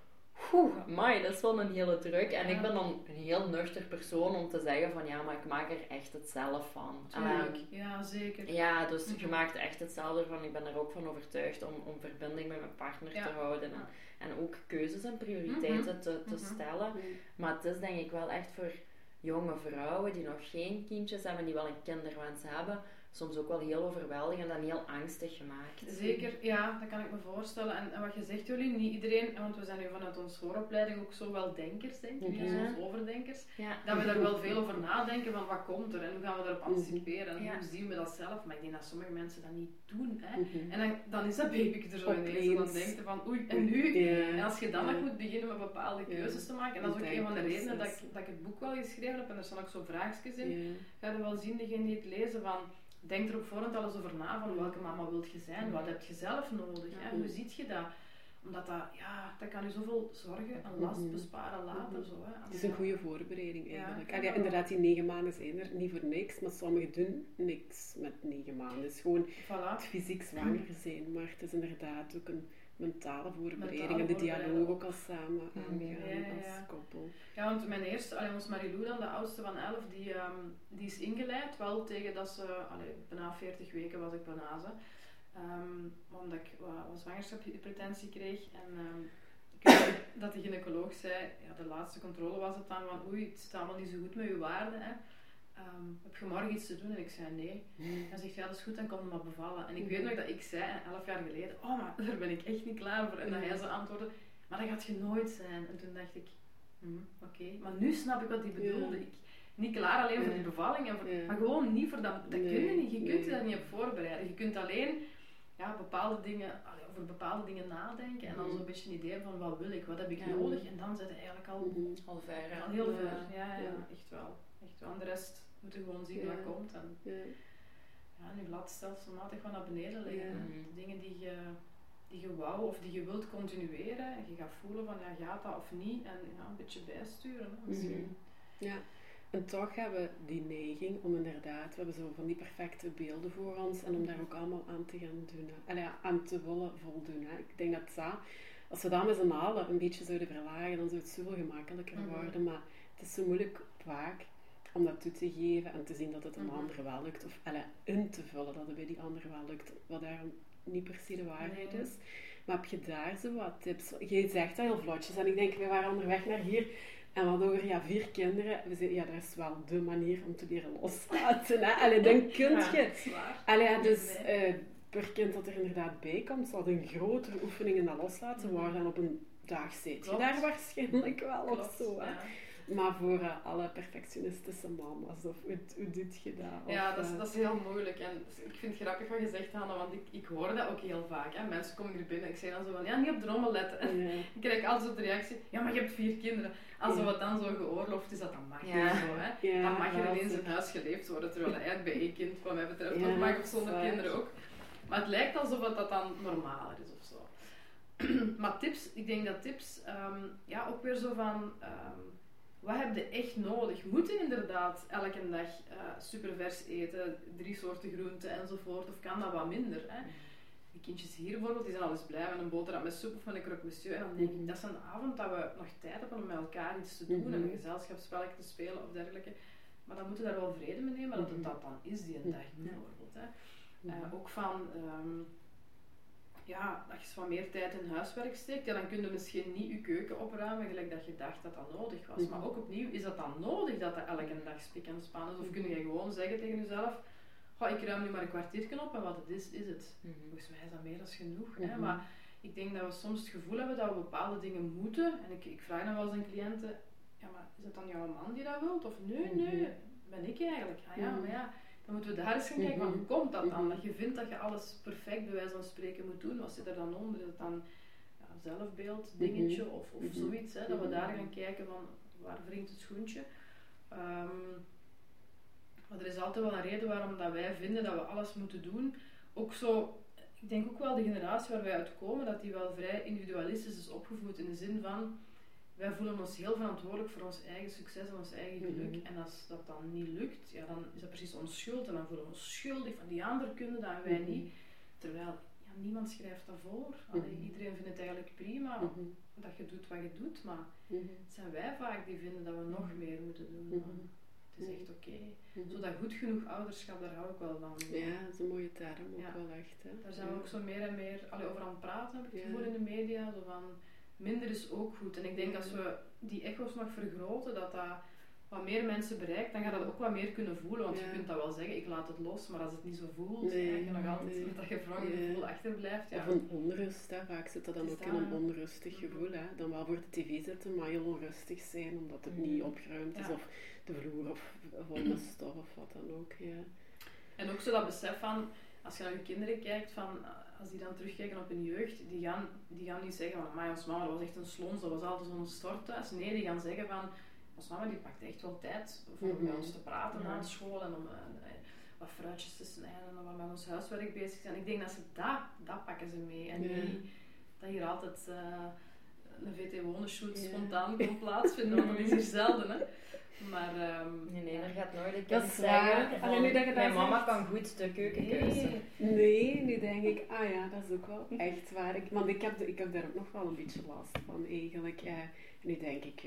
dat is wel een hele druk. En ik ben dan een heel nuchter persoon om te zeggen van, maar ik maak er echt het zelf van. Ja, zeker. Ja, dus je maakt echt hetzelfde van. Ik ben er ook van overtuigd om verbinding met mijn partner te houden. En ook keuzes en prioriteiten te stellen. Maar het is denk ik wel echt voor jonge vrouwen die nog geen kindjes hebben, die wel een kinderwens hebben, soms ook wel heel overweldigend en heel angstig gemaakt. Zeker, dat kan ik me voorstellen. En wat je zegt, Jolien, niet iedereen, want we zijn nu vanuit onze vooropleiding ook zo wel denkers, denk ik, soms overdenkers, dat we daar wel veel over nadenken van wat komt er en hoe gaan we daarop anticiperen en hoe zien we dat zelf. Maar ik denk dat sommige mensen dat niet doen. Hè. En dan is dat baby er zo ineens en dan denk je van oei, en nu? En als je dan nog moet beginnen met bepaalde keuzes te maken, en dat is ook een van de redenen dat ik het boek wel geschreven heb, en er staan ook zo vraagjes in, ga je wel zien, degene die het lezen, van denk er op voorhand al eens over na van welke mama wilt je zijn, wat heb je zelf nodig, hè? Hoe ziet je dat? Omdat dat kan je zoveel zorgen en last besparen later. Zo, hè? Het is een goede voorbereiding eigenlijk. Inderdaad, die 9 maanden zijn er niet voor niks, maar sommigen doen niks met 9 maanden. Het is gewoon het fysiek zwanger zijn, maar het is inderdaad ook een mentale voorbereiding en de dialoog ook al samen aangaan als koppel. Ja, want mijn eerste, ons Marilou dan, de oudste van 11, die is ingeleid, wel tegen dat ze, bijna 40 weken was ik bijna ze. Omdat ik wat zwangerschapshypertensie kreeg en ik weet dat de gynaecoloog zei, de laatste controle was het dan van oei, het staat wel niet zo goed met je waarden, hè. Heb je morgen iets te doen? En ik zei nee. Hij zegt dat is goed, dan kom je maar bevallen. En ik weet nog dat ik zei 11 jaar geleden, maar daar ben ik echt niet klaar voor. En dat hij zo antwoordde, maar dat gaat je nooit zijn. En toen dacht ik, oké. Maar nu snap ik wat hij bedoelde. Niet klaar alleen voor die bevalling, maar gewoon niet voor dat. Dat kun je niet. Je kunt je daar niet op voorbereiden. Je kunt alleen bepaalde dingen, over bepaalde dingen nadenken en dan zo'n beetje een idee van wat wil ik, wat heb ik nodig. En dan zit je eigenlijk al ver. Al heel ver. Ja, echt wel. En de rest moet je gewoon zien wat komt. En je lat stelselmatig gewoon naar beneden liggen. Dingen die je wou of die je wilt continueren. En je gaat voelen van gaat dat of niet. En een beetje bijsturen misschien. Ja. En toch hebben we die neiging om inderdaad, we hebben zo van die perfecte beelden voor ons en om daar ook allemaal aan te gaan doen. Aan te willen voldoen. Hè. Ik denk dat Als we dat met z'n allen een beetje zouden verlagen, dan zou het zoveel gemakkelijker worden. Maar het is zo moeilijk vaak om dat toe te geven en te zien dat het een ander wel lukt. Of in te vullen dat het bij die ander wel lukt. Wat daarom niet per se de waarheid is. Maar heb je daar zo wat tips? Je zegt dat heel vlotjes. En ik denk, we waren onderweg naar hier. En we hadden over 4 kinderen. We zeiden, dat is wel de manier om te leren loslaten. Hè? Dan kun je... Dus per kind dat er inderdaad bij komt, zal het een grotere oefening in dat loslaten worden. En op een dag zit je daar waarschijnlijk wel of zo. Hè? Ja. Maar voor alle perfectionistische mama's, of hoe doet je dat? Ja, dat is heel moeilijk. En ik vind het grappig wat je zegt, Hanna, want ik hoor dat ook heel vaak. Hè. Mensen komen hier binnen en ik zeg dan zo van, niet op de rommel letten. En ik krijg altijd zo de reactie, maar je hebt 4 kinderen. Als er wat dan zo geoorloofd is, dat mag niet zo. Hè. Dan mag er ineens in huis geleefd worden, terwijl hij bij 1 kind, wat mij betreft, nog mag, of zonder kinderen ook. Maar het lijkt alsof dat dan normaler is of zo. Maar tips, ik denk dat tips, ook weer zo van... wat heb je echt nodig? Moet je inderdaad elke dag supervers eten, 3 soorten groenten enzovoort? Of kan dat wat minder? Hè? De kindjes hier bijvoorbeeld, die zijn al eens blij met een boterham met soep of met een croque monsieur. En dan denk ik, dat is een avond dat we nog tijd hebben om met elkaar iets te doen en een gezelschapsspelletje te spelen of dergelijke. Maar dan moeten we daar wel vrede mee nemen dat het dat dan is die een dag bijvoorbeeld. Hè? Ook van... dat je wat meer tijd in huiswerk steekt, dan kun je misschien niet je keuken opruimen gelijk dat je dacht dat dat nodig was. Maar ook opnieuw, is dat dan nodig dat dat elke dag spik en span is? Of kun je gewoon zeggen tegen jezelf, ik ruim nu maar een kwartiertje op en wat het is, is het. Volgens mij is dat meer dan genoeg. Hè? Maar ik denk dat we soms het gevoel hebben dat we bepaalde dingen moeten. En ik vraag dan wel eens aan cliënten, maar is het dan jouw man die dat wilt? Of nee, ben ik eigenlijk. Maar dan moeten we daar eens gaan kijken, van hoe komt dat dan? Dat je vindt dat je alles perfect bij wijze van spreken moet doen. Wat zit er dan onder? Is het dan zelfbeeld, dingetje of zoiets? Hè? Dat we daar gaan kijken van, waar wringt het schoentje? Maar er is altijd wel een reden waarom dat wij vinden dat we alles moeten doen. Ook zo, ik denk ook wel de generatie waar wij uitkomen, dat die wel vrij individualistisch is opgevoed. In de zin van, wij voelen ons heel verantwoordelijk voor ons eigen succes en ons eigen geluk. En als dat dan niet lukt, dan is dat precies ons schuld. En dan voelen we ons schuldig van die anderen kunnen dat en wij niet. Terwijl, niemand schrijft dat voor. Iedereen vindt het eigenlijk prima dat je doet wat je doet. Maar het zijn wij vaak die vinden dat we nog meer moeten doen. Het is echt oké. Zo dat goed genoeg ouderschap, daar hou ik wel van. Ja, dat is een mooie term ook wel echt. Hè? Daar zijn we ook zo meer en meer over aan het praten, heb ik het gevoel in de media. Zo van, minder is ook goed. En ik denk als we die echo's nog vergroten, dat wat meer mensen bereikt, dan gaat dat ook wat meer kunnen voelen. Want je kunt dat wel zeggen, ik laat het los, maar als het niet zo voelt, dan je nog altijd met dat gevrongen gevoel achterblijft. Of een onrust, hè. Vaak zit dat dan ook in een onrustig gevoel. Hè. Dan wel voor de tv zitten, maar heel onrustig zijn, omdat het niet opgeruimd is, of de vloer of vol met stof of wat dan ook. Ja. En ook zo dat besef van, als je naar je kinderen kijkt, van, als die dan terugkijken op hun jeugd, die gaan niet zeggen van, ons mama dat was echt een slons, dat was altijd zo'n storthuis. Nee, die gaan zeggen van, ons mama die pakt echt wel tijd voor met ons te praten na school en om wat fruitjes te snijden en wat met ons huiswerk bezig zijn. Ik denk dat ze dat pakken ze mee. En niet dat hier altijd een VT-wonenshoot spontaan kan plaatsvinden, want dat is hier zelden. Hè. Maar, nee, er gaat nooit een kind zeggen van, mijn mama kan goed de keukenkeuze. Nee, nu denk ik, dat is ook wel echt waar. Want ik heb daar ook nog wel een beetje last van eigenlijk. Nu denk ik,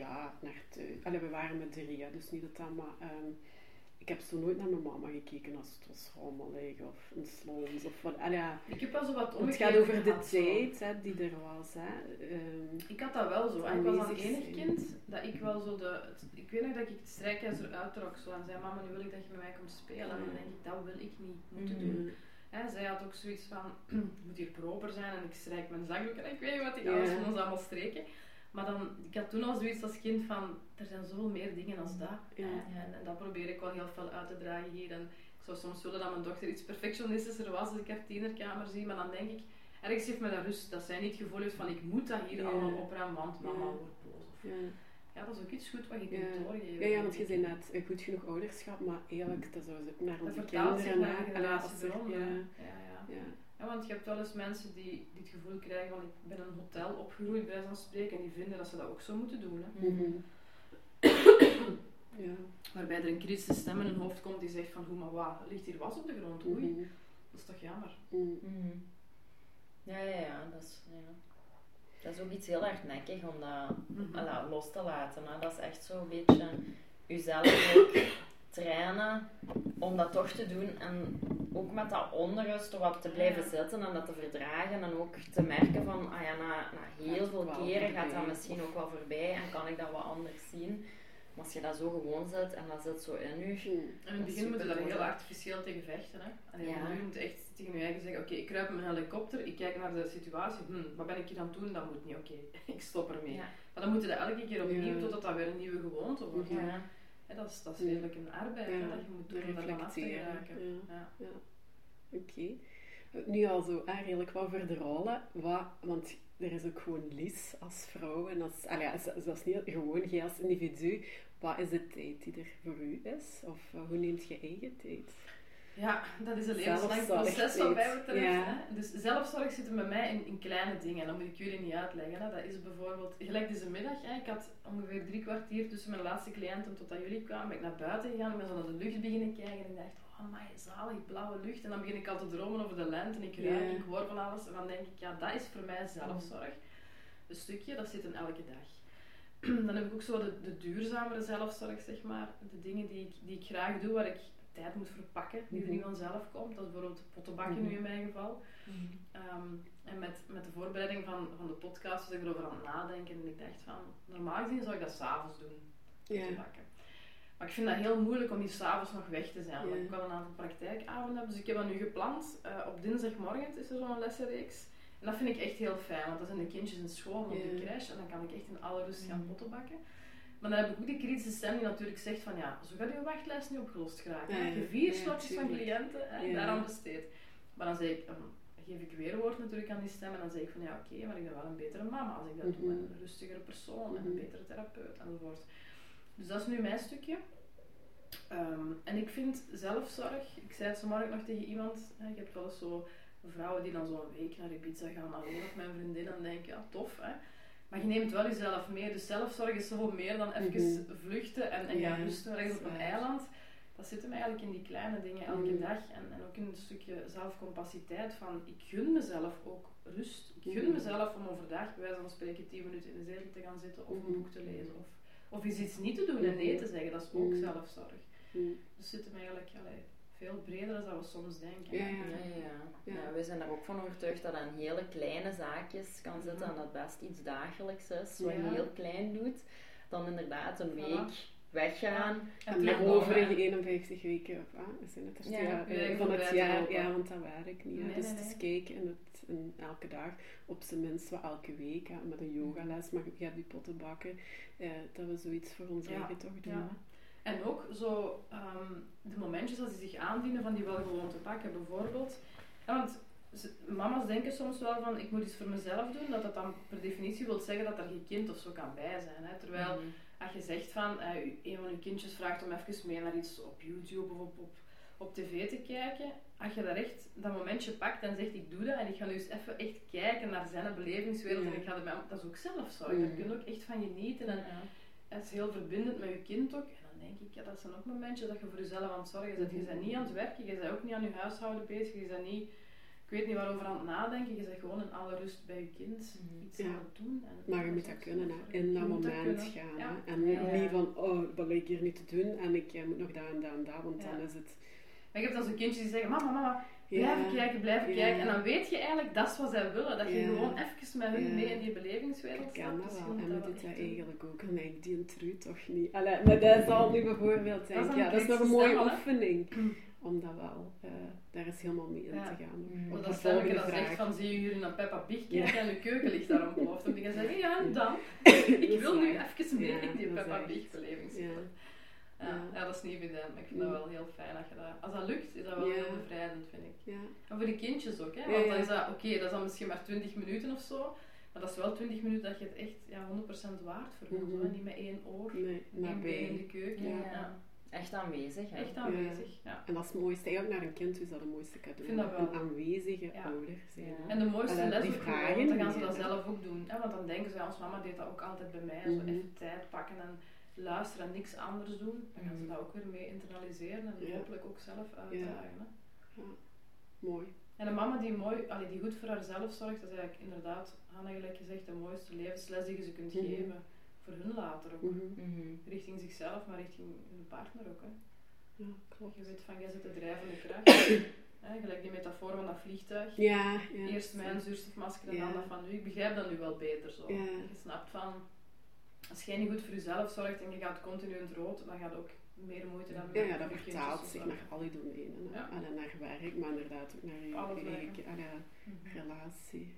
we waren met 3, dus niet dat maar... ik heb zo nooit naar mijn mama gekeken als het was rommelig of een slons of wat. Ik heb wel zo wat omgekeerd. Het gaat over de tijd die er was. Ik had dat wel zo. Ik was dan enig kind dat ik wel zo ik weet nog dat ik het strijkijzer uittrok zo, en zei, mama, nu wil ik dat je met mij komt spelen. En dan denk ik, dat wil ik niet moeten doen. Zij had ook zoiets van, het moet hier proper zijn en ik strijk mijn zakdoek en ik weet niet wat die ouders van ons allemaal streken. Maar dan, ik had toen al zoiets als kind van, er zijn zoveel meer dingen als dat. En dat probeer ik wel heel veel uit te dragen hier. En ik zou soms willen dat mijn dochter iets perfectionistischer was als ik haar tienerkamer zie. Maar dan denk ik, ergens geeft me dat rust. Dat zij niet het gevoel heeft van, ik moet dat hier allemaal opruimen, want mama wordt boos. Dat is ook iets goed wat je kunt doorgeven. Ja, want je zei net, een goed genoeg ouderschap, maar eigenlijk, dat zou ze ook naar onze kinderen naar de generatie eronder. Ja, want je hebt wel eens mensen die het gevoel krijgen van, ik ben in een hotel opgegroeid bij zo'n spreken en die vinden dat ze dat ook zo moeten doen. Hè. Waarbij er een kritische stem in hun hoofd komt die zegt van, maar wat, ligt hier was op de grond? Oei, dat is toch jammer. Ja, dat is... Dat is ook iets heel hardnekkig om dat los te laten. Hè. Dat is echt zo'n beetje jezelf ook trainen om dat toch te doen. En ook met dat onrust wat te blijven zitten en dat te verdragen. En ook te merken van, na heel veel keren gaat dat misschien ook wel voorbij en kan ik dat wat anders zien. Maar als je dat zo gewoon zet en dat zit zo in je... En in het begin moet je daar heel artificieel tegen vechten. Hè? Nu moet je echt tegen je eigen zeggen, oké, ik kruip in mijn helikopter, ik kijk naar de situatie, wat ben ik hier aan het doen? Dat moet niet, oké, ik stop ermee. Ja. Maar dan moet je dat elke keer opnieuw, totdat dat weer een nieuwe gewoonte wordt. Ja. Dat is redelijk een arbeid, dat je moet doen om daar dan af te geraken. Oké. Nu al zo redelijk wat voor de rollen, want er is ook gewoon Lies als vrouw en zelfs niet gewoon jij als individu. Wat is de tijd die er voor u is? Of hoe neemt je eigen tijd? Ja, dat is een levenslang proces wat mij betreft. Ja. Dus zelfzorg zit bij mij in kleine dingen. Dat moet ik jullie niet uitleggen. Hè. Dat is bijvoorbeeld, gelijk deze middag, ik had ongeveer 3 kwartier tussen mijn laatste cliënten totdat jullie kwamen. Ben ik naar buiten gegaan, ik ben zo naar de lucht beginnen kijken en ik dacht, amai, zalig, blauwe lucht. En dan begin ik al te dromen over de lente en ik ruik, ik hoor van alles. En dan denk ik, dat is voor mij zelfzorg. Een stukje, dat zit in elke dag. Dan heb ik ook zo de duurzamere zelfzorg, zeg maar. De dingen die ik graag doe, waar ik tijd moet verpakken, die er niet vanzelf komt. Dat is bijvoorbeeld pottenbakken nu in mijn geval. En met de voorbereiding van de podcast was ik erover aan het nadenken. En ik dacht van, normaal gezien zou ik dat 's avonds doen, pottenbakken. Maar ik vind dat heel moeilijk om die 's avonds nog weg te zijn. Want ik wel een aantal praktijkavonden heb. Dus ik heb dat nu gepland. Op dinsdagmorgen is er zo'n lessenreeks. En dat vind ik echt heel fijn, want dan zijn de kindjes in school op de crash en dan kan ik echt in alle rust gaan pottenbakken. Maar dan heb ik ook die kritische stem die natuurlijk zegt van zo gaat je wachtlijst niet opgelost geraken. Je 4 slotjes van cliënten daaraan besteed. Maar dan geef ik weerwoord natuurlijk aan die stem en dan zeg ik van oké, maar ik ben wel een betere mama als ik dat doe. En een rustigere persoon en een betere therapeut enzovoort. Dus dat is nu mijn stukje. En ik vind zelfzorg, ik zei het vanmorgen nog tegen iemand, je hebt wel eens zo vrouwen die dan zo'n week naar Ibiza gaan alleen of mijn vriendin en denken, tof hè. Maar je neemt wel jezelf mee, dus zelfzorg is zoveel meer dan even vluchten en gaan rusten ergens op een eiland. Dat zit hem eigenlijk in die kleine dingen elke dag en ook in een stukje zelfcompaciteit van, ik gun mezelf ook rust. Ik gun mezelf om overdag, bij wijze van spreken, 10 minuten in de zetel te gaan zitten of een boek te lezen of iets niet te doen en nee te zeggen, dat is ook zelfzorg. Dus zit hem eigenlijk veel breder dan we soms denken. Ja, wij zijn er ook van overtuigd dat aan hele kleine zaakjes kan zitten en dat best iets dagelijks is, wat je heel klein doet, dan inderdaad een week weggaan. En de overige 51 weken zijn het van het jaar, want dat werkt niet. Dus het is kijken en elke dag, op zijn minst wel elke week, met een yogales, maar je hebt die pottenbakken, dat we zoiets voor ons eigen toch doen. Ja. En ook zo de momentjes als die zich aandienen van die welgewoonte pakken, bijvoorbeeld. Ja, want mama's denken soms wel van, ik moet iets voor mezelf doen, dat dan per definitie wil zeggen dat er geen kind of zo kan bij zijn. Hè. Terwijl, als je zegt van, een van je kindjes vraagt om even mee naar iets op YouTube of op tv te kijken, als je daar echt dat momentje pakt en zegt, ik doe dat en ik ga nu eens even echt kijken naar zijn belevingswereld en ik ga erbij, dat is ook zelfzorg. Daar kun je ook echt van genieten en het is heel verbindend met je kind ook. Denk ik, dat zijn ook momentjes dat je voor jezelf aan het zorgen bent. Je bent niet aan het werken, je bent ook niet aan je huishouden bezig, je bent niet, ik weet niet waarover aan het nadenken, je bent gewoon in alle rust bij je kind iets aan het doen. Maar je moet dat kunnen, in dat moment gaan. Ja. En niet van, wat lig ik hier niet te doen en ik moet nog daar en daar en daar, want dan is het... Maar je hebt dan zo'n kindjes die zeggen, mama, blijven kijken. En dan weet je eigenlijk, dat is wat zij willen. Dat je gewoon even met hun mee in die belevingswereld staat. Ik ken dat wel. En we doen dat eigenlijk ook. En ik die een toch niet. Maar dat zal nu bijvoorbeeld zijn. Dat is nog een mooie oefening. Om dat wel, daar is helemaal mee in te gaan. Of dat stemmetje dat zegt van, zie je jullie naar Peppa Pig kijken en de keuken ligt daar ontploft. Dan denk je zeggen, en dan? Ik wil nu even mee in die Peppa Pig belevingswereld. Ja, dat is niet evident, maar ik vind dat wel heel fijn. Als dat lukt, is dat wel heel bevrijdend, vind ik. Ja. En voor de kindjes ook, hè? Want dan is dat, dat is dan misschien maar 20 minuten of zo, maar dat is wel 20 minuten dat je het echt 100% waard voelt. Niet met 1 oor, 1 been in de keuken. Ja. Echt aanwezig, hè? Echt aanwezig, ja. En dat is het mooiste, eigenlijk naar een kind is dat het mooiste cadeau. Vind dat wel. Een aanwezige ouder zijn. Ja. En de mooiste les ook gewoon, dan gaan ze dat zelf ook doen. Hè? Want dan denken ze, ons mama deed dat ook altijd bij mij, zo even tijd pakken en luisteren en niks anders doen, dan gaan ze dat ook weer mee internaliseren en hopelijk ook zelf uitdragen. Ja. Mooi. En een mama die goed voor haarzelf zorgt, dat is eigenlijk inderdaad, Hanna gelijk gezegd, de mooiste levensles die je ze kunt geven. Voor hun later ook. Richting zichzelf, maar richting hun partner ook. Hè. Ja, klopt. Je weet van, jij zit de drijvende kracht. Gelijk die metafoor van dat vliegtuig. Ja. Eerst mijn zuurstofmasker en dan dat van u. Ik begrijp dat nu wel beter zo. Ja. Je snapt van, als jij niet goed voor jezelf zorgt en je gaat continu in het rood, dan gaat je ook meer moeite dan dat vertaalt zich naar al die domeinen. Ja. Naar werk, maar inderdaad ook naar je eigen relatie.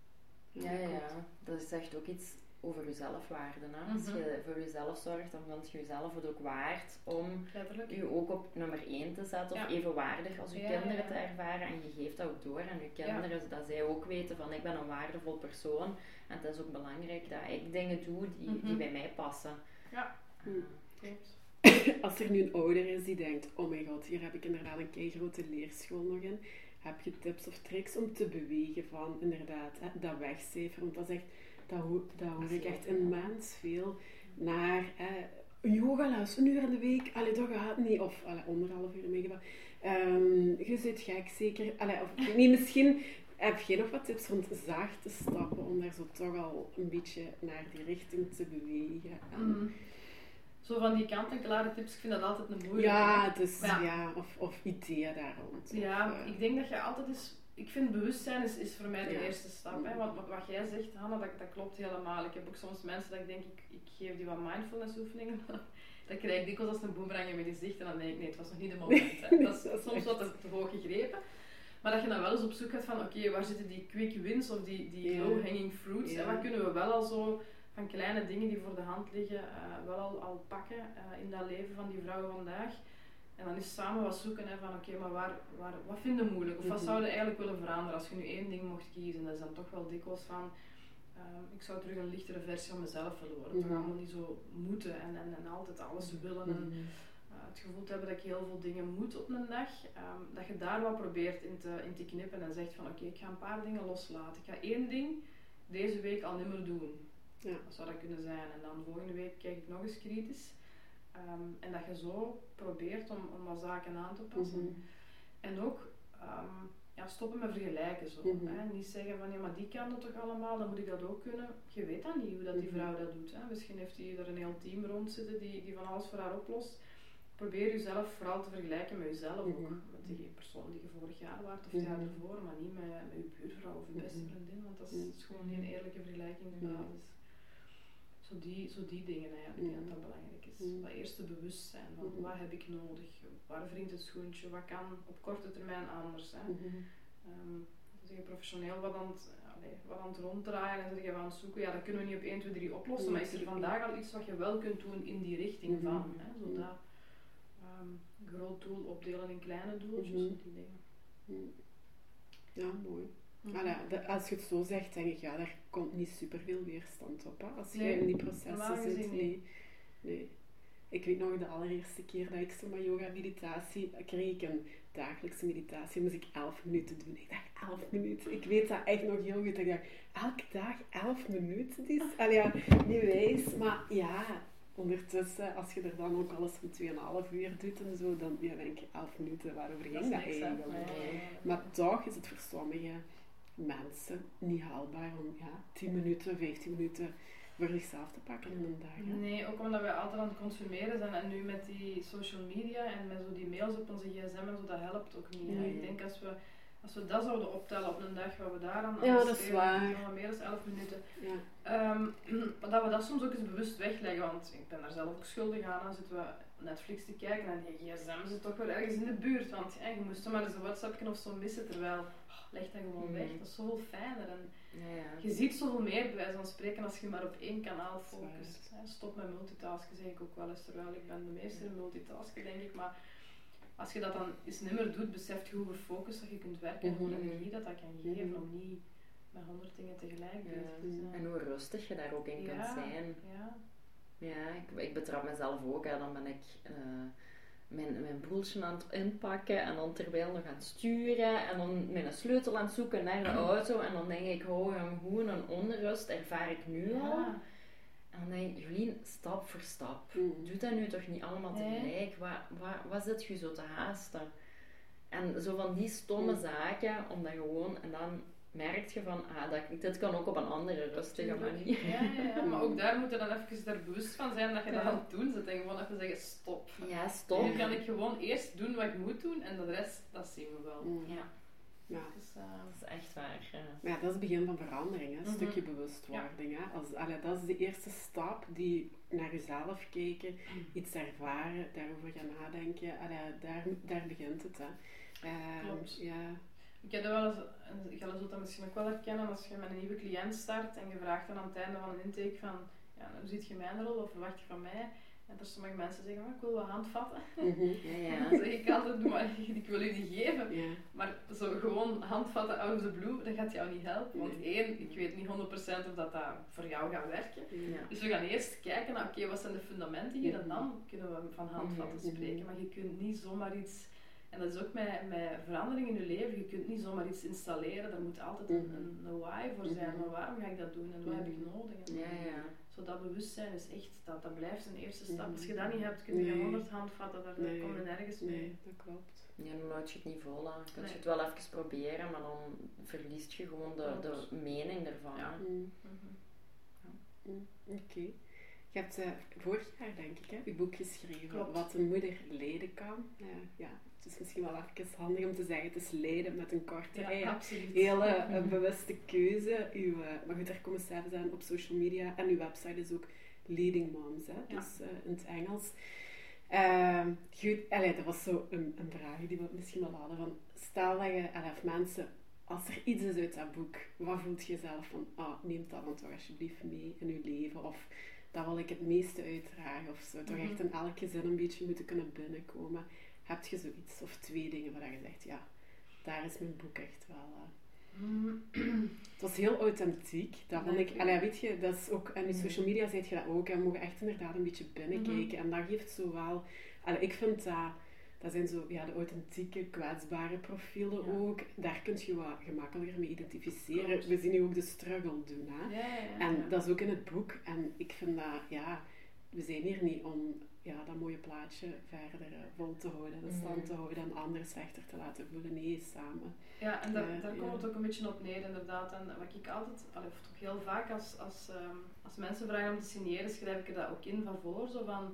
Ja. Dat is echt ook iets over je zelfwaarde. Hè? Als je voor jezelf zorgt, dan vind je jezelf het ook waard om je ook op nummer 1 te zetten of evenwaardig als je kinderen te ervaren. En je geeft dat ook door aan je kinderen, zodat zij ook weten van ik ben een waardevol persoon. En het is ook belangrijk dat ik dingen doe die bij mij passen. Ja, klopt. Als er nu een ouder is die denkt, oh mijn god, hier heb ik inderdaad een keigrote leerschool nog in. Heb je tips of tricks om te bewegen van inderdaad dat wegcijferen? Want dat is echt, dat hoor ik echt immens veel naar een yogales, 1 uur in de week. Allee, dat gaat niet. Of 1,5 uur meegebracht. Je zit gek zeker. Misschien heb je nog wat tips rond zachte stappen om daar zo toch al een beetje naar die richting te bewegen. Zo van die kant-en-klare tips, ik vind dat altijd een moeilijke. Ja, dus of ideeën daar rond. Ja, ik denk dat je altijd eens... Ik vind bewustzijn is voor mij de eerste stap. Hè? Want wat jij zegt, Hanna, dat klopt helemaal. Ik heb ook soms mensen dat ik denk, ik geef die wat mindfulness oefeningen. Dat krijg ik dikwijls als een boemerang in mijn gezicht. En dan denk ik, nee, het was nog niet de moment. Hè? Dat is soms wat te hoog gegrepen. Maar dat je dan wel eens op zoek gaat van, oké, waar zitten die quick wins of die low-hanging fruits? En wat kunnen we wel al zo van kleine dingen die voor de hand liggen, wel al pakken in dat leven van die vrouwen vandaag. En dan is samen wat zoeken van oké, maar wat vind je moeilijk? Of wat zou je eigenlijk willen veranderen als je nu 1 ding mocht kiezen? Dat is dan toch wel dikwijls van, ik zou terug een lichtere versie van mezelf willen worden. Toch allemaal niet zo moeten en altijd alles willen. En het gevoel te hebben dat ik heel veel dingen moet op een dag. Dat je daar wat probeert in te knippen en zegt van oké, ik ga een paar dingen loslaten. Ik ga 1 ding deze week al niet meer doen. Ja. Wat zou dat kunnen zijn? En dan volgende week kijk ik nog eens kritisch. En dat je zo probeert om wat zaken aan te passen. En ook stoppen met vergelijken. Zo, hè? Niet zeggen van ja, maar die kan dat toch allemaal, dan moet ik dat ook kunnen. Je weet dan niet hoe dat die vrouw dat doet. Hè? Misschien heeft die er een heel team rond zitten die van alles voor haar oplost. Probeer jezelf vooral te vergelijken met jezelf ook. Met die persoon die je vorig jaar waart of het jaar ervoor, maar niet met je buurvrouw of je beste vriendin, want dat is gewoon geen eerlijke vergelijking in basis. Zo die dingen eigenlijk, dat belangrijk is. Dat eerste bewustzijn van wat heb ik nodig, waar wringt het schoentje, wat kan op korte termijn anders. Hè? Als je professioneel wat aan het ronddraaien en zeg je aan het zoeken, dat kunnen we niet op 1, 2, 3 oplossen, maar is er vandaag al iets wat je wel kunt doen in die richting van. Hè? Zodat groot doel opdelen in kleine doeltjes, die dingen. Ja, mooi. Als je het zo zegt, denk ik, daar komt niet superveel weerstand op. Hè? Als je in die processen zit. Nee. Ik weet nog de allereerste keer dat ik zo met yoga-meditatie kreeg, ik een dagelijkse meditatie, moest ik 11 minuten doen. Ik dacht, 11 minuten. Ik weet dat echt nog heel goed. Ik dacht, elke dag 11 minuten. Dus, niet wijs, maar ondertussen, als je er dan ook alles van 2,5 uur doet en zo, dan denk je 11 minuten, waarover ging dat eigenlijk? Maar toch is het voor sommige mensen niet haalbaar om 10 minuten, 15 minuten voor zichzelf te pakken in een dag. Hè? Nee, ook omdat wij altijd aan het consumeren zijn en nu met die social media en met zo die mails op onze gsm en zo, dat helpt ook niet. Nee. Ik denk als we dat zouden optellen op een dag waar we daar aan spelen, meer dan 11 minuten, dat we dat soms ook eens bewust wegleggen, want ik ben daar zelf ook schuldig aan, dan zitten we Netflix te kijken en die gsm zit toch wel ergens in de buurt, want je moest maar eens een WhatsAppje of zo missen, terwijl leg dat gewoon weg, dat is zoveel fijner en je ziet zoveel meer bij wijze van spreken als je maar op 1 kanaal focust. Stop met multitasken, zeg ik ook wel eens, terwijl ik ben de meester in multitasken, denk ik, maar als je dat dan eens niet meer doet, beseft je hoe gefocust dat je kunt werken en hoe energie dat kan geven om niet met 100 dingen tegelijk bezig te zijn. En hoe rustig je daar ook in kunt zijn. Ik betrap mezelf ook, dan ben ik mijn boeltje aan het inpakken en dan terwijl nog aan het sturen en dan mijn sleutel aan het zoeken naar de auto en dan denk ik, hoe een onrust ervaar ik nu al. En dan denk ik, Jolien, stap voor stap. Doe dat nu toch niet allemaal tegelijk? Wat zit je zo te haasten? En zo van die stomme zaken, omdat gewoon... En dan merk je van, dit kan ook op een andere rustige manier. Ja, maar ook daar moet je dan even er bewust van zijn dat je dat aan het doen zit. En gewoon even zeggen, stop. Ja, stop. Nu kan ik gewoon eerst doen wat ik moet doen en de rest, dat zien we wel. Ja, dus, dat is echt waar. Maar ja, dat is het begin van verandering, hè? Een stukje bewustwording. Hè? Dat is de eerste stap, die naar jezelf kijken, iets ervaren, daarover gaan nadenken. Daar begint het. Hè? Klopt. Ja. Ik heb dat wel eens, je zult dat misschien ook wel herkennen, als je met een nieuwe cliënt start en je vraagt dan aan het einde van een intake van, hoe ziet je mijn rol, of verwacht je van mij? En er sommige mensen zeggen, ik wil wel handvatten. Dan zeg ik altijd, doe maar, ik wil u die geven. Yeah. Maar zo gewoon handvatten out of the blue, dat gaat jou niet helpen. Want ik weet niet 100% of dat voor jou gaat werken. Dus we gaan eerst kijken naar, wat zijn de fundamenten hier? En dan kunnen we van handvatten spreken. Maar je kunt niet zomaar iets... En dat is ook met verandering in je leven. Je kunt niet zomaar iets installeren. Er moet altijd een why voor zijn. Maar waarom ga ik dat doen? En wat heb ik nodig? Zo dat bewustzijn is echt, dat blijft een eerste stap. Als je dat niet hebt, kun je 100 handvatten. Daar kom je nergens mee. Nee, dat klopt. Ja, dan houd je het niet vol. Dan kun je het wel even proberen, maar dan verliest je gewoon de mening ervan. Ja. Oké. Je hebt vorig jaar, denk ik, je boek geschreven. Klopt. Wat een moeder lijden kan. Het is misschien wel even handig om te zeggen, het is lijden met een korte ei. Absoluut. Hele bewuste keuze. Maar goed, daar komen cijfers aan op social media. En uw website is ook Leading Moms, hè? Dus in het Engels. Goed, dat was zo een vraag die we misschien wel hadden. Van, stel dat je, of mensen, als er iets is uit dat boek, wat voelt je zelf van, neem dat dan toch alsjeblieft mee in je leven? Of dat wil ik het meeste uitdragen of zo. Toch echt in elk gezin een beetje moeten kunnen binnenkomen. Heb je zoiets of 2 dingen waar je zegt, daar is mijn boek echt wel... Het was heel authentiek. Dat vond ik... weet je, dat is ook... En in social media zei je dat ook. En we mogen echt inderdaad een beetje binnenkijken. En dat geeft zo wel... ik vind dat zijn zo de authentieke, kwetsbare profielen ook. Daar kun je wat gemakkelijker mee identificeren. Klopt. We zien nu ook de struggle doen. Hè? En dat is ook in het boek. En ik vind dat... we zijn hier niet om dat mooie plaatje verder vol te houden, de stand te houden en anderen slechter te laten voelen. Nee, samen. Ja, en daar komt het ook een beetje op neer, inderdaad. En wat ik altijd, of toch heel vaak, als mensen vragen om te signeren, schrijf ik er dat ook in van voor. Zo van,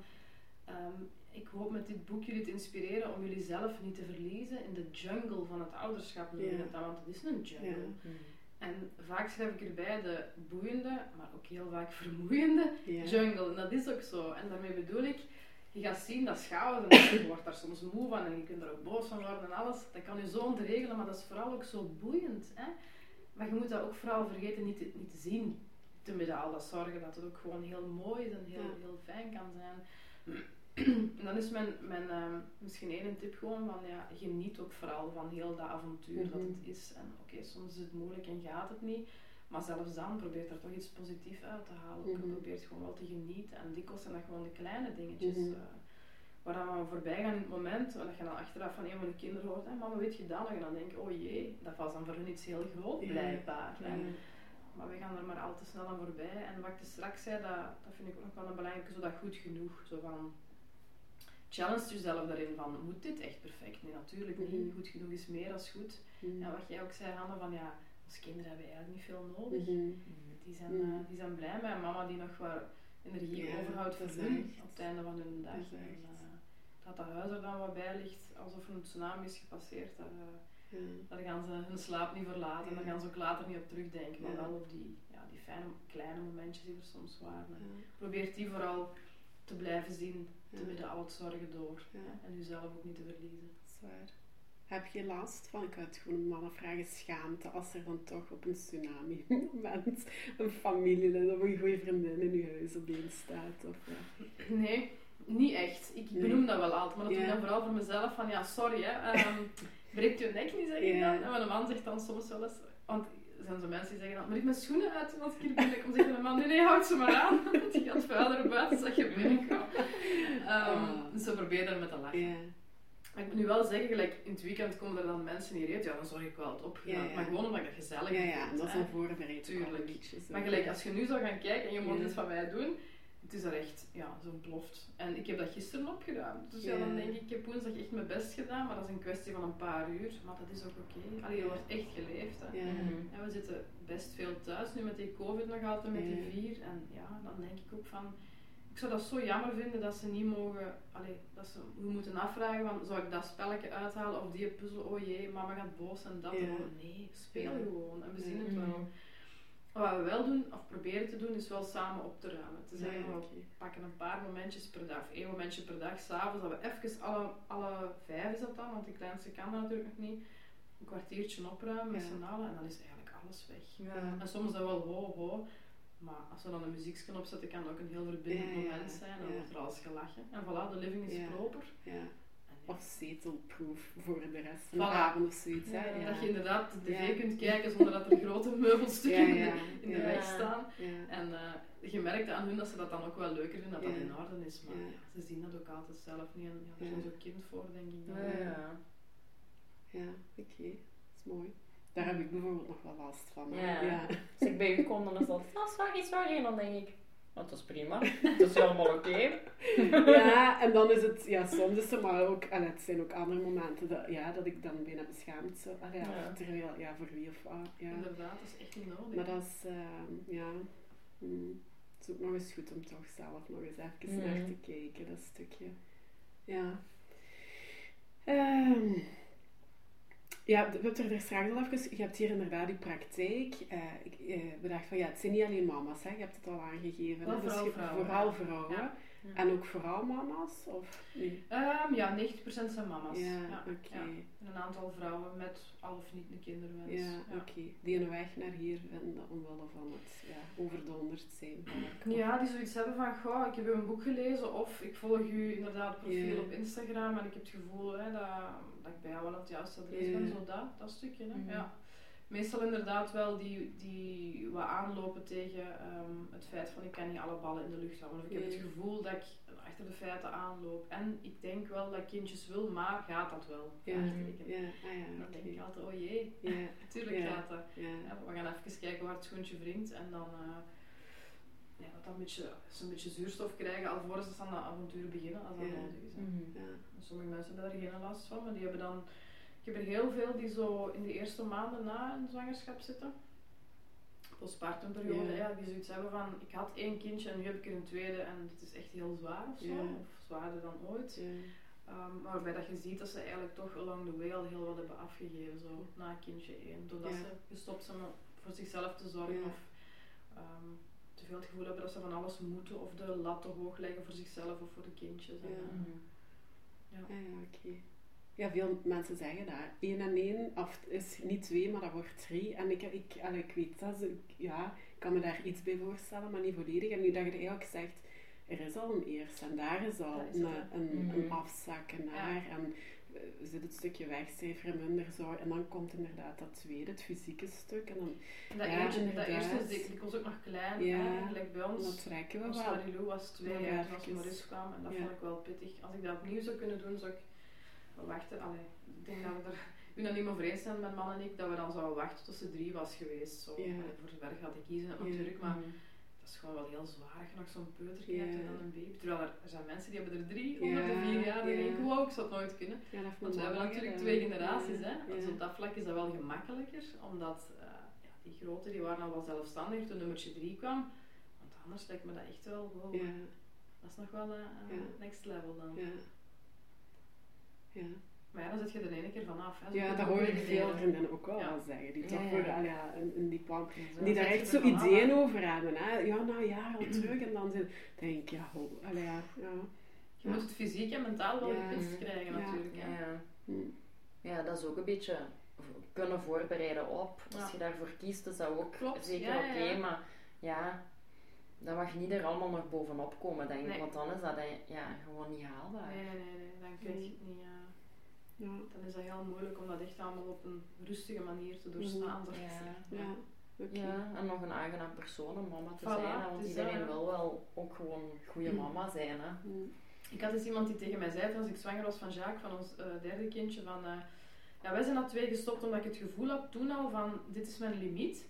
ik hoop met dit boek jullie te inspireren om jullie zelf niet te verliezen in de jungle van het ouderschap. Want het is een jungle. En vaak schrijf ik erbij de boeiende, maar ook heel vaak vermoeiende jungle. En dat is ook zo. En daarmee bedoel ik, je gaat zien, dat is chaos en je wordt daar soms moe van en je kunt er ook boos van worden en alles. Dat kan je zo ontregelen, maar dat is vooral ook zo boeiend. Hè? Maar je moet dat ook vooral vergeten niet te zien. Te midden alle zorgen, dat het ook gewoon heel mooi is en heel fijn kan zijn. En dan is mijn misschien één tip gewoon van, geniet ook vooral van heel dat avontuur dat het is. En soms is het moeilijk en gaat het niet. Maar zelfs dan probeert er toch iets positiefs uit te halen. Je probeert gewoon wel te genieten. En dikwijls zijn dat gewoon de kleine dingetjes waar dan we voorbij gaan in het moment. En dat je dan achteraf van een van de kinderen hoort, mama, weet je dat nog? En dan denk je, oh jee, dat was dan voor hun iets heel groot blijkbaar. Maar we gaan er maar al te snel aan voorbij. En wat ik dus straks zei, dat vind ik ook nog wel een belangrijke, zo dat goed genoeg. Zo van, challenge jezelf daarin van, moet dit echt perfect? Nee, natuurlijk niet. Goed genoeg is meer dan goed. En wat jij ook zei, Hanne, van als kinderen hebben eigenlijk niet veel nodig. Die zijn blij met een mama die nog wat energie overhoudt voor hun op het einde van hun dag. Dat huis er dan wat bij ligt, alsof er een tsunami is gepasseerd. Daar gaan ze hun slaap niet verlaten en daar gaan ze ook later niet op terugdenken. Maar wel op die fijne kleine momentjes die er soms waren. Probeer die vooral te blijven zien, te midden al het zorgen door. En jezelf ook niet te verliezen. Zwaar. Heb je last van, ik had gewoon mama vragen, schaamte als er dan toch op een tsunami moment een familielid of een goede vriendin in je huis opeens staat? Of, Nee, niet echt. Ik benoem dat wel altijd, maar dat doe ik dan vooral voor mezelf van, sorry breekt je nek niet, zeg ik dan. En mijn man zegt dan soms wel eens, want er zijn zo mensen die zeggen dan, moet ik mijn schoenen uit als ik hier binnenkom? Zegt mijn man, nee, houd ze maar aan. Die gaat vuiler buiten als je binnenkomt. Dus we proberen daar met te lachen. Maar ik moet nu wel zeggen, gelijk in het weekend komen er dan mensen hier eten, dan zorg ik wel het opgedaan. Maar gewoon omdat ik dat gezellig vind. Ja, dat is een voorbereid. Tuurlijk. Maar gelijk, als je nu zou gaan kijken en je moet dit van mij doen, het is er echt, zo ontploft. En ik heb dat gisteren opgeruimd. Dus dan denk ik heb woensdag echt mijn best gedaan, maar dat is een kwestie van een paar uur. Maar dat is ook oké. Allee, er wordt echt geleefd. Hè. En we zitten best veel thuis nu met die COVID nog altijd, met die 4. En dan denk ik ook van, ik zou dat zo jammer vinden dat ze niet mogen, dat ze moeten afvragen van, zou ik dat spelletje uithalen of die puzzel, oh jee, mama gaat boos en dat. Nee, speel gewoon en we zien het wel. Wat we wel doen, of proberen te doen, is wel samen op te ruimen. Te zeggen, we pakken een paar momentjes per dag, of 1 momentje per dag, s'avonds, dat we even alle 5 is dat dan, want de kleinste kan dat natuurlijk nog niet, een kwartiertje opruimen met z'n allen en dan is eigenlijk alles weg. Ja. En soms dan wel ho, maar als we dan een muziekje opzetten, kan het ook een heel verbindend moment zijn, en dan wordt er alles gelachen. En voilà, de living is proper. Ja. Of zetelproof voor de rest van de avond of zoiets. Dat je inderdaad de tv kunt kijken zonder dat er grote meubelstukken in de weg staan. En je merkt aan hun dat ze dat dan ook wel leuker vinden, dat dat in orde is. Maar ze zien dat ook altijd zelf niet. En daar zijn ze ook kind voor, denk ik. Ja, oké. Dat is mooi. Daar heb ik bijvoorbeeld nog wel last van. Als ik bij u kom, dan is dat sorry. En dan denk ik, dat is prima. Dat is helemaal oké. Ja, en dan is het, soms is er maar ook, en het zijn ook andere momenten dat ik dan bijna beschaamd zo, terwijl, voor wie of wat. Inderdaad, dat is echt niet nodig. Maar dat is, het is ook nog eens goed om toch zelf nog eens even naar te kijken, dat stukje. Ja. We hebben er straks al even, je hebt hier inderdaad die praktijk. Ik bedacht van, het zijn niet alleen mama's, hè? Je hebt het al aangegeven. Wel vooral vrouwen. Ja. En ook vooral mama's? Of nee? 90% zijn mama's. Oké. En een aantal vrouwen met al of niet een kinderwens. Oké. Die een weg naar hier vinden omwille van het overdonderd zijn. Ja, die zoiets hebben van, ik heb een boek gelezen of ik volg u inderdaad profiel op Instagram en ik heb het gevoel dat ik bij jou wel op het juiste adres ben, zo dat stukje. Hè? Ja. Meestal inderdaad wel die wat aanlopen tegen het feit van ik kan niet alle ballen in de lucht houden. Of ik heb het gevoel dat ik achter de feiten aanloop. En ik denk wel dat kindjes wil, maar gaat dat wel? Dan denk ik altijd, oh jee, natuurlijk gaat dat. We gaan even kijken waar het schoentje wringt en dan dat ze een beetje zuurstof krijgen alvorens ze aan dat avontuur beginnen, als dat nodig is. Sommige mensen hebben daar geen last van, maar die hebben dan... Ik heb er heel veel die zo in de eerste maanden na een zwangerschap zitten. Postpartumperiode, die zoiets hebben van, ik had 1 kindje en nu heb ik er een tweede en het is echt heel zwaar of zo, of zwaarder dan ooit. Maar waarbij dat je ziet dat ze eigenlijk toch along the way al heel wat hebben afgegeven, zo na kindje 1. Doordat ze gestopt zijn voor zichzelf te zorgen of te veel het gevoel hebben dat ze van alles moeten of de lat te hoog leggen voor zichzelf of voor de kindjes. Oké. Ja, veel mensen zeggen dat. 1 en 1, of is niet 2, maar dat wordt 3. En ik weet dat, ik kan me daar iets bij voorstellen, maar niet volledig. En nu dat je eigenlijk zegt, er is al een eerste en daar is al een afzakken naar. En zit het stukje wegcijferen minder zo. En dan komt inderdaad dat tweede, het fysieke stuk. En dan, dat eerste die was ook nog klein, gelijk bij ons. Dat trekken we wel. Marilou was 2 jaar als Maurice kwam en dat vond ik wel pittig. Als ik dat opnieuw zou kunnen doen, zou ik wachten. Ik denk dat we er unaniem over eens zijn met man en ik, dat we dan zouden wachten tot ze 3 was geweest. Zo. Voor zover gaat ik kiezen natuurlijk, maar dat is gewoon wel heel zwaar als je nog zo'n peutertje hebt en dan een baby. Terwijl er zijn mensen die hebben er 3 onder de 4 jaar, die denken, wow, ik zou het nooit kunnen. Want we hebben natuurlijk 2 generaties, hè. Dus op dat vlak is dat wel gemakkelijker, omdat die grote die waren al wel zelfstandig toen nummertje 3 kwam. Want anders lijkt me dat echt wel, wow, dat is nog wel next level dan. Maar dan zit je er een keer vanaf. Dat hoor ik veel vriendinnen ook wel zeggen. Die toch voor in die plan, die daar echt zo ideeën over hebben. Hè. Al terug. En dan denk ik, je moet het fysiek en mentaal wel gepist krijgen natuurlijk. Ja, dat is ook een beetje kunnen voorbereiden op. Als je daarvoor kiest, is dat ook zeker oké. Maar dan mag niet er allemaal nog bovenop komen, denk ik. Want dan is dat gewoon niet haalbaar. Nee, dan krijg je het niet... Dan is dat heel moeilijk om dat echt allemaal op een rustige manier te doorstaan. En nog een aangenaam persoon om mama te zijn. Want iedereen wil wel ook gewoon een goede mama zijn. Hè. Ik had eens iemand die tegen mij zei, als ik zwanger was van Jacques, van ons derde kindje, van... wij zijn al 2 gestopt omdat ik het gevoel had toen al van, dit is mijn limiet.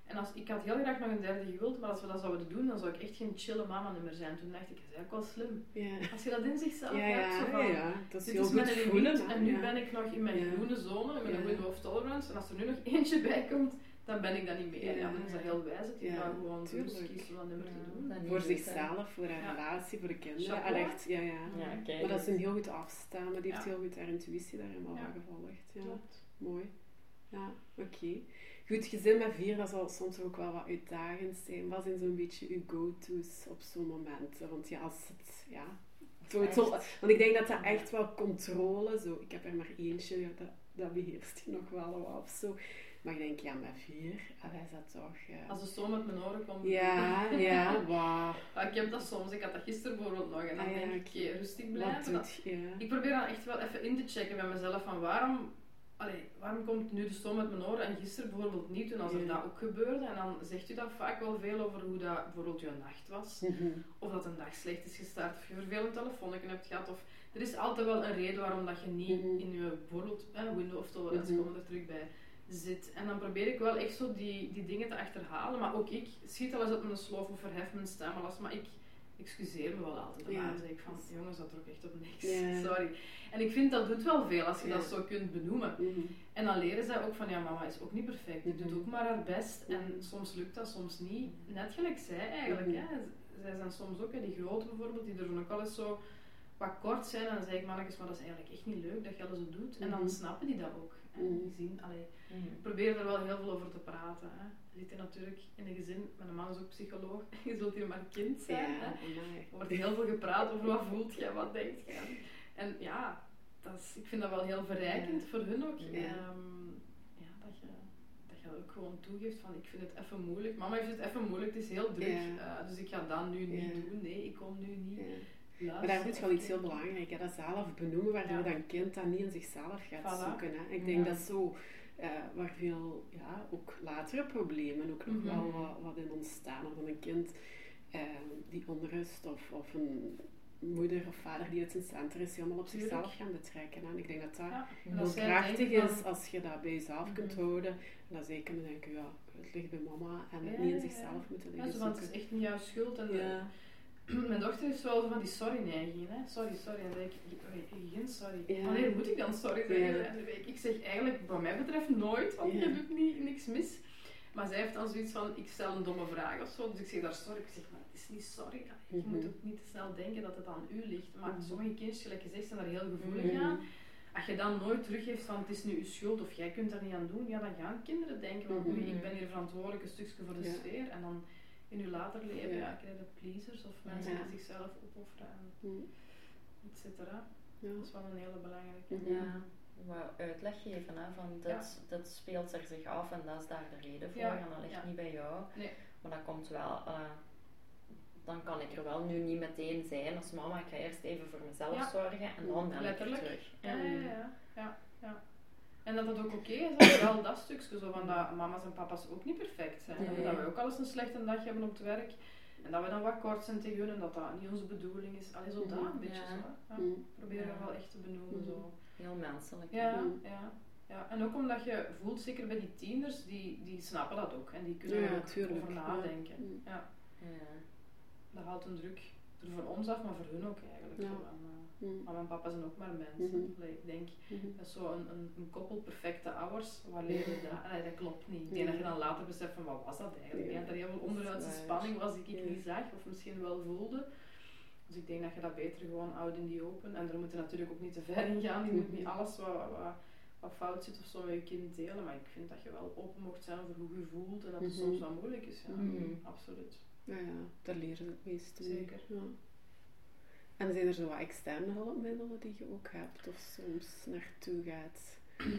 En ik had heel graag nog een derde gewild, maar als we dat zouden doen, dan zou ik echt geen chille mama meer zijn. Toen dacht ik, dat is eigenlijk wel slim. Ja. Als je dat in zichzelf hebt, zo van, dat is dit heel is mijn goed limiet voelen, en nu ben ik nog in mijn groene zone, in mijn window of tolerance. En als er nu nog eentje bij komt, dan ben ik dat niet meer. Ja, dan is dat heel wijs dat die vrouw gewoon bewust kiest om dat niet meer te doen. Voor zichzelf, voor haar relatie, voor de kinderen. En echt, maar dat is een heel goed afstaan, maar die heeft heel goed haar intuïtie daar helemaal aan gevolgd. Ja. Mooi. Ja, oké. Goed, gezin met 4, dat zal soms ook wel wat uitdagend zijn. Wat zijn zo'n beetje uw go-to's op zo'n momenten? Want ja, als het, want ik denk dat dat echt wel controle, zo, ik heb er maar eentje, dat beheerst je nog wel wat of zo. Maar ik denk, ja, met 4, is dat toch... Als de stoom uit mijn oren komt... Ja, wauw. Ik heb dat soms, ik had dat gisteren bijvoorbeeld nog, en dan denk ik, rustig blijven. Ik probeer dan echt wel even in te checken bij mezelf, van waarom komt nu de stoom uit mijn oren en gisteren bijvoorbeeld niet, toen als er dat ook gebeurde. En dan zegt u dat vaak wel veel over hoe dat bijvoorbeeld je nacht was. Of dat een dag slecht is gestart, of je vervelend telefoonnetje hebt gehad. Of er is altijd wel een reden waarom dat je niet in je bijvoorbeeld window of tolerance, komen er terug bij, zit. En dan probeer ik wel echt zo die dingen te achterhalen. Maar ook ik schiet wel eens uit mijn sloof of verhef mijn stemmelas, maar ik excuseer me wel altijd. En dan zeg ik van, jongens, dat trok echt op niks. Sorry. En ik vind dat doet wel veel als je dat zo kunt benoemen. En dan leren zij ook van, ja, mama is ook niet perfect. Die doet ook maar haar best. En soms lukt dat, soms niet. Net gelijk zij eigenlijk. Hè. Zij zijn soms ook, die grote bijvoorbeeld, die er nog wel eens zo wat kort zijn. En dan zeg ik, mannetjes, maar dat is eigenlijk echt niet leuk dat je dat zo doet. En dan snappen die dat ook. En die zien, ik probeer er wel heel veel over te praten. Hè. Je zit hier natuurlijk in een gezin, mijn man is ook psycholoog. Je zult hier maar kind zijn. Hè. Er wordt heel veel gepraat over wat voelt je, wat denkt je. En ja, ik vind dat wel heel verrijkend voor hun ook. Dat je ook gewoon toegeeft van, ik vind het even moeilijk. Mama heeft het even moeilijk, het is heel druk. Dus ik ga dat nu niet doen. Nee, ik kom nu niet. Maar daar is wel iets heel belangrijk, hè? Dat zelf benoemen, waardoor dat een kind dat niet in zichzelf gaat zoeken. Hè? Ik denk dat zo, waar veel ook latere problemen ook nog wel wat in ontstaan. Of een kind die onrust of een moeder of vader die uit zijn center is, helemaal op zichzelf gaan betrekken. En ik denk dat dat heel krachtig is als je dat bij jezelf kunt houden. En dan zeker kunnen denken, het ligt bij mama en het niet in zichzelf moeten liggen zoeken. Want het is echt niet jouw schuld. En mijn dochter heeft wel van die sorry-neigingen. Sorry. En dan denk ik, geen sorry. Wanneer moet ik dan sorry zeggen? En ik zeg eigenlijk, wat mij betreft, nooit, want je doet niks mis. Maar zij heeft dan zoiets van, ik stel een domme vraag of zo, dus ik zeg daar sorry. Ik zeg, maar het is niet sorry. Je moet ook niet te snel denken dat het aan u ligt. Maar sommige kindjes, gelijk gezegd, zijn daar heel gevoelig aan. Als je dan nooit teruggeeft van, het is nu uw schuld of jij kunt daar niet aan doen, dan gaan kinderen denken van, oei, ik ben hier verantwoordelijk een stukje voor de sfeer. En dan in uw later leven krijg je pleasers of mensen die zichzelf opofferen en et cetera. Dat is wel een hele belangrijke. Wat uitleg geven, hè, van dit speelt er zich af en dat is daar de reden voor en dat ligt niet bij jou. Nee. Maar dat komt wel, dan kan ik er wel nu niet meteen zijn als mama, ik ga eerst even voor mezelf zorgen en dan ben ik er terug. Ja. En dat het ook oké is, dat wel dat stukje zo van dat mama's en papa's ook niet perfect zijn. Dat we ook al eens een slechte dag hebben op het werk. En dat we dan wat kort zijn tegen hun en dat dat niet onze bedoeling is. Allee, zo dat een beetje zo. Proberen we wel echt te benoemen. Zo. Heel menselijk. Ja. En ook omdat je voelt, zeker bij die tieners, die snappen dat ook. En die kunnen er ook over nadenken. Ja. Dat haalt een druk er voor ons af, maar voor hun ook eigenlijk. Mama en papa zijn ook maar mensen. Ik denk, dat is zo een koppel perfecte ouders, waar leren dat klopt niet. Ik denk dat je dan later beseft van, wat was dat eigenlijk? Ik denk dat er heel veel onderhuidse spanning was die ik niet zag, of misschien wel voelde. Dus ik denk dat je dat beter gewoon out in die open. En er moet je natuurlijk ook niet te ver in gaan. Je moet niet alles wat fout zit of zo met je kind delen. Maar ik vind dat je wel open mocht zijn over hoe je voelt en dat het soms wel moeilijk is. Absoluut. Ja, daar leren ze het meeste. Zeker. Ja. En zijn er zo wat externe hulpmiddelen die je ook hebt of soms naartoe gaat?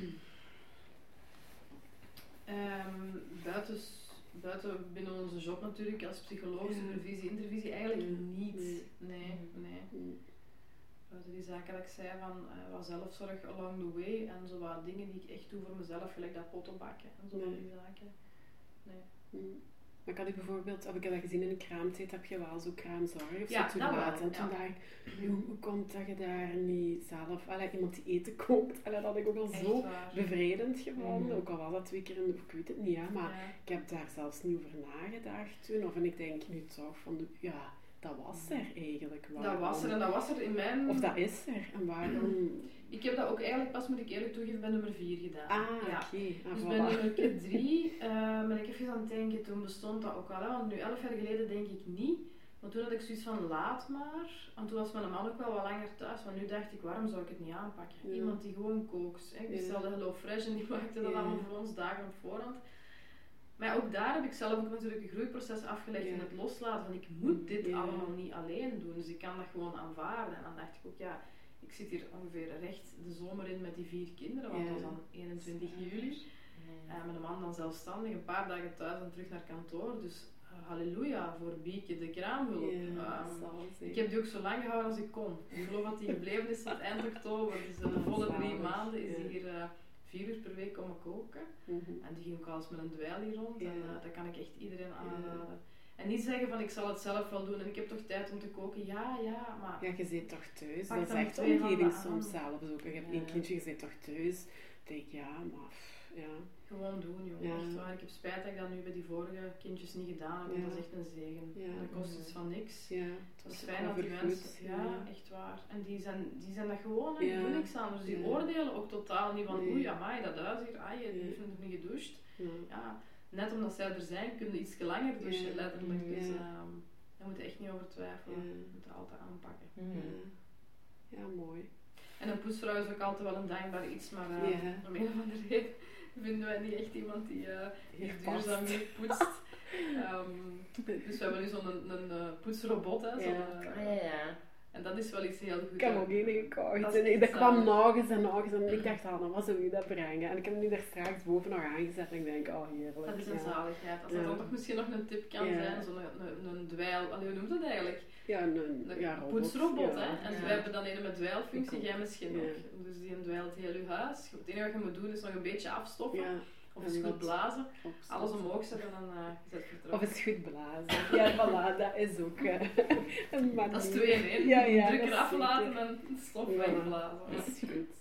Buiten binnen onze job natuurlijk, als psycholoog, supervisie, intervisie, eigenlijk niet. Nee. Buiten die zaken dat ik zei van wat zelfzorg along the way en zo wat dingen die ik echt doe voor mezelf, gelijk dat pottenbakken en zo die zaken. Nee. Maar ik had bijvoorbeeld, heb ik dat gezien in een kraamtijd, heb je wel zo kraamzorg of ja, zo toelaten. En toen dacht ik, hoe komt dat je daar niet zelf, iemand die eten koopt, dat had ik ook al zo bevredigend gevonden. Ook al was dat 2 keer in de, ik weet het niet, hè, maar ik heb daar zelfs niet over nagedacht toen. Of en ik denk nu toch van, dat was er eigenlijk. Dat was er in mijn... Of dat is er. En waarom... Ik heb dat ook eigenlijk pas, moet ik eerlijk toegeven, bij nummer 4 gedaan. Oké. Dus bij nummer 3 ben ik even aan het denken, toen bestond dat ook al. Hè? Want nu 11 jaar geleden denk ik niet. Want toen had ik zoiets van, laat maar. En toen was mijn man ook wel wat langer thuis. Want nu dacht ik, waarom zou ik het niet aanpakken? Ja. Iemand die gewoon kookt. Hè? Die stelde Hello Fresh en die maakte dat allemaal voor ons dagen op voorhand. Maar ook daar heb ik zelf ook natuurlijk een groeiproces afgelegd in het loslaten. Van ik moet dit allemaal niet alleen doen. Dus ik kan dat gewoon aanvaarden. En dan dacht ik ook, ik zit hier ongeveer recht de zomer in met die 4 kinderen. Want dat was dan 21 juli. Mijn man dan zelfstandig, een paar dagen thuis en terug naar kantoor. Dus halleluja voor Bieke, de kraamhulp. Ik heb die ook zo lang gehouden als ik kon. Ik geloof dat die gebleven is tot eind oktober. Dus de volle 3 maanden is die hier 4 uur per week komen koken. En die ging ook al eens met een dweil hier rond. En dat kan ik echt iedereen aanraden. En niet zeggen van ik zal het zelf wel doen en ik heb toch tijd om te koken. Ja, maar... Ja, je zit toch thuis. Dat is echt omgeving soms zelf. Dus ook, je hebt 1 kindje, je zit toch thuis. Dan denk ik, Gewoon doen, joh. Ja. Echt waar. Ik heb spijt dat ik dat nu bij die vorige kindjes niet gedaan heb, want dat is echt een zegen. Dat kost iets van niks. Het was fijn dat die mensen... echt waar. En die zijn dat gewoon, die doen niks aan. Dus die oordelen ook totaal niet van oei, amai, dat huis hier, je heeft nog niet gedoucht. Net omdat zij er zijn, kun je iets langer douchen, letterlijk. Dus daar moet je echt niet over twijfelen. Je moet het altijd aanpakken. Ja, mooi. En een poetsvrouw is ook altijd wel een dankbaar iets, maar om een of andere reden vinden wij niet echt iemand die duurzaam mee poetst. Dus we hebben nu zo'n poetsrobot. Hè, en dat is wel iets heel goed. Ik heb ook één gekocht. Dat kwam nog eens en ik dacht, wat zou je dat brengen? En ik heb hem nu daar straks boven nog aangezet en ik denk, heerlijk. Dat is een zaligheid. Als dat dan toch misschien nog een tip kan zijn, zo'n dweil, hoe noemt dat eigenlijk? Een poetsrobot, hè? En wij hebben dan een met dweilfunctie, jij misschien nog. Dus die dweilt heel je huis. Het enige wat je moet doen is nog een beetje afstoffen. Of eens goed blazen, alles omhoog zetten en dan zet vertrouwen. Of eens goed blazen. Ja, voilà, dat is ook een manier. Dat is 2 in 1. Druk eraf laten en stof wegblazen. Dat is goed.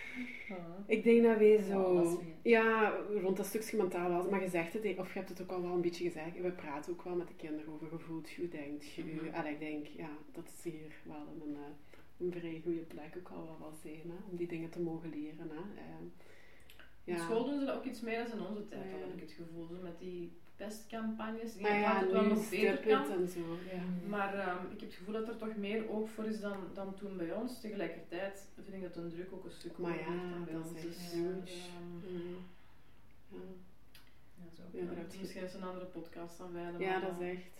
Ik denk dat wij zo... rond dat stukje mentaal was, maar je zegt het, of je hebt het ook al wel een beetje gezegd, we praten ook wel met de kinderen over gevoeld, goed denkt je. En ik denk, dat is hier wel een vrij goede plek ook al wel zijn, hè, om die dingen te mogen leren. Hè. Op school doen ze dat ook iets meer dan in onze tijd, heb ik het gevoel. Zo met die pestcampagnes, die altijd wel nog beter kan. En zo, Maar ik heb het gevoel dat er toch meer oog voor is dan toen bij ons. Tegelijkertijd vind ik dat een druk ook een stuk hoger ligt dan bij ons. Dus, misschien is een andere podcast dan wij. Dat is echt.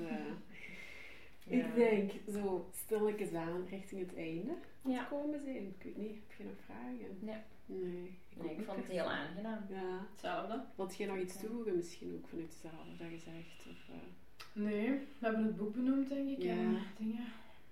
Ik denk zo stilletjes aan richting het einde komen zijn. Ik weet niet, heb je nog vragen? Nee, ik vond het heel aangenaam. Ja. Hetzelfde. Wilt je nog iets toevoegen misschien ook vanuit jezelf, dat je zegt? Of, Nee, we hebben het boek benoemd denk ik. En dingen.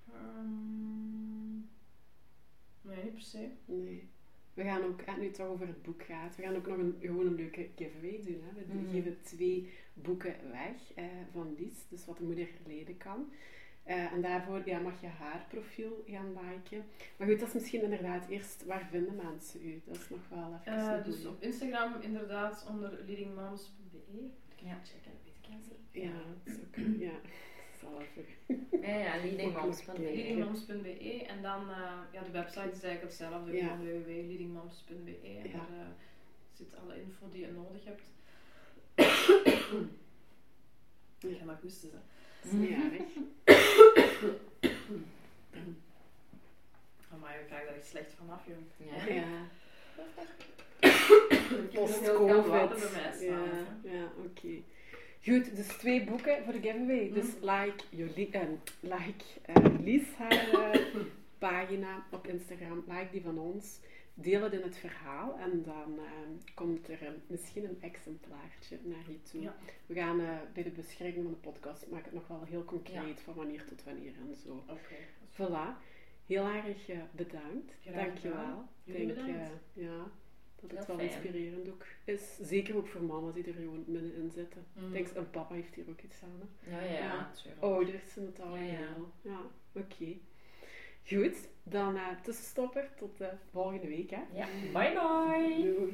Nee, niet per se. Nee. We gaan ook, nu het toch over het boek gaat, we gaan ook nog gewoon een leuke giveaway doen. Hè. We geven 2 boeken weg van Lies, dus wat de moeder leden kan. En daarvoor mag je haar profiel gaan liken. Maar goed, dat is misschien inderdaad eerst, waar vinden mensen u? Dat is nog wel even dus op Instagram inderdaad onder leadingmoms.be. Ik ga checken, dat weet ik niet. Ja, dat is ook, zal even. Leadingmoms.be. Leadingmoms.be en dan, de website is eigenlijk hetzelfde, gewoon www.leadingmoms.be. En daar zit alle info die je nodig hebt. Ik ga maar hoesten, hè. Dat is niet erg. Maar ik krijg daar echt slecht vanaf, joh. Ja. Post-COVID. Ja, oké. Goed, dus 2 boeken voor de giveaway. Dus like Lies haar pagina op Instagram, like die van ons. Deel het in het verhaal en dan komt er misschien een exemplaartje naar je toe. Ja. We gaan bij de beschrijving van de podcast maken het nog wel heel concreet van wanneer tot wanneer en zo. Voilà. Heel erg bedankt. Dankjewel. Jullie bedankt. dat het wel inspirerend ook is. Zeker ook voor mama's die er gewoon middenin zitten. Ik denk, een papa heeft hier ook iets aan. Ja. Ouders in het algemeen. Ja, oké. Goed, dan tussenstopper tot de volgende week. Hè? Ja, bye bye! Doei!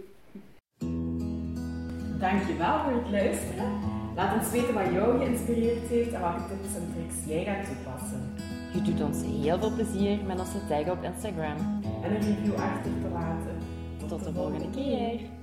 Dankjewel voor het luisteren. Laat ons weten wat jou geïnspireerd heeft en welke tips en tricks jij gaat toepassen. Je doet ons heel veel plezier met ons te taggen op Instagram. En een review achter te laten. Tot de volgende keer!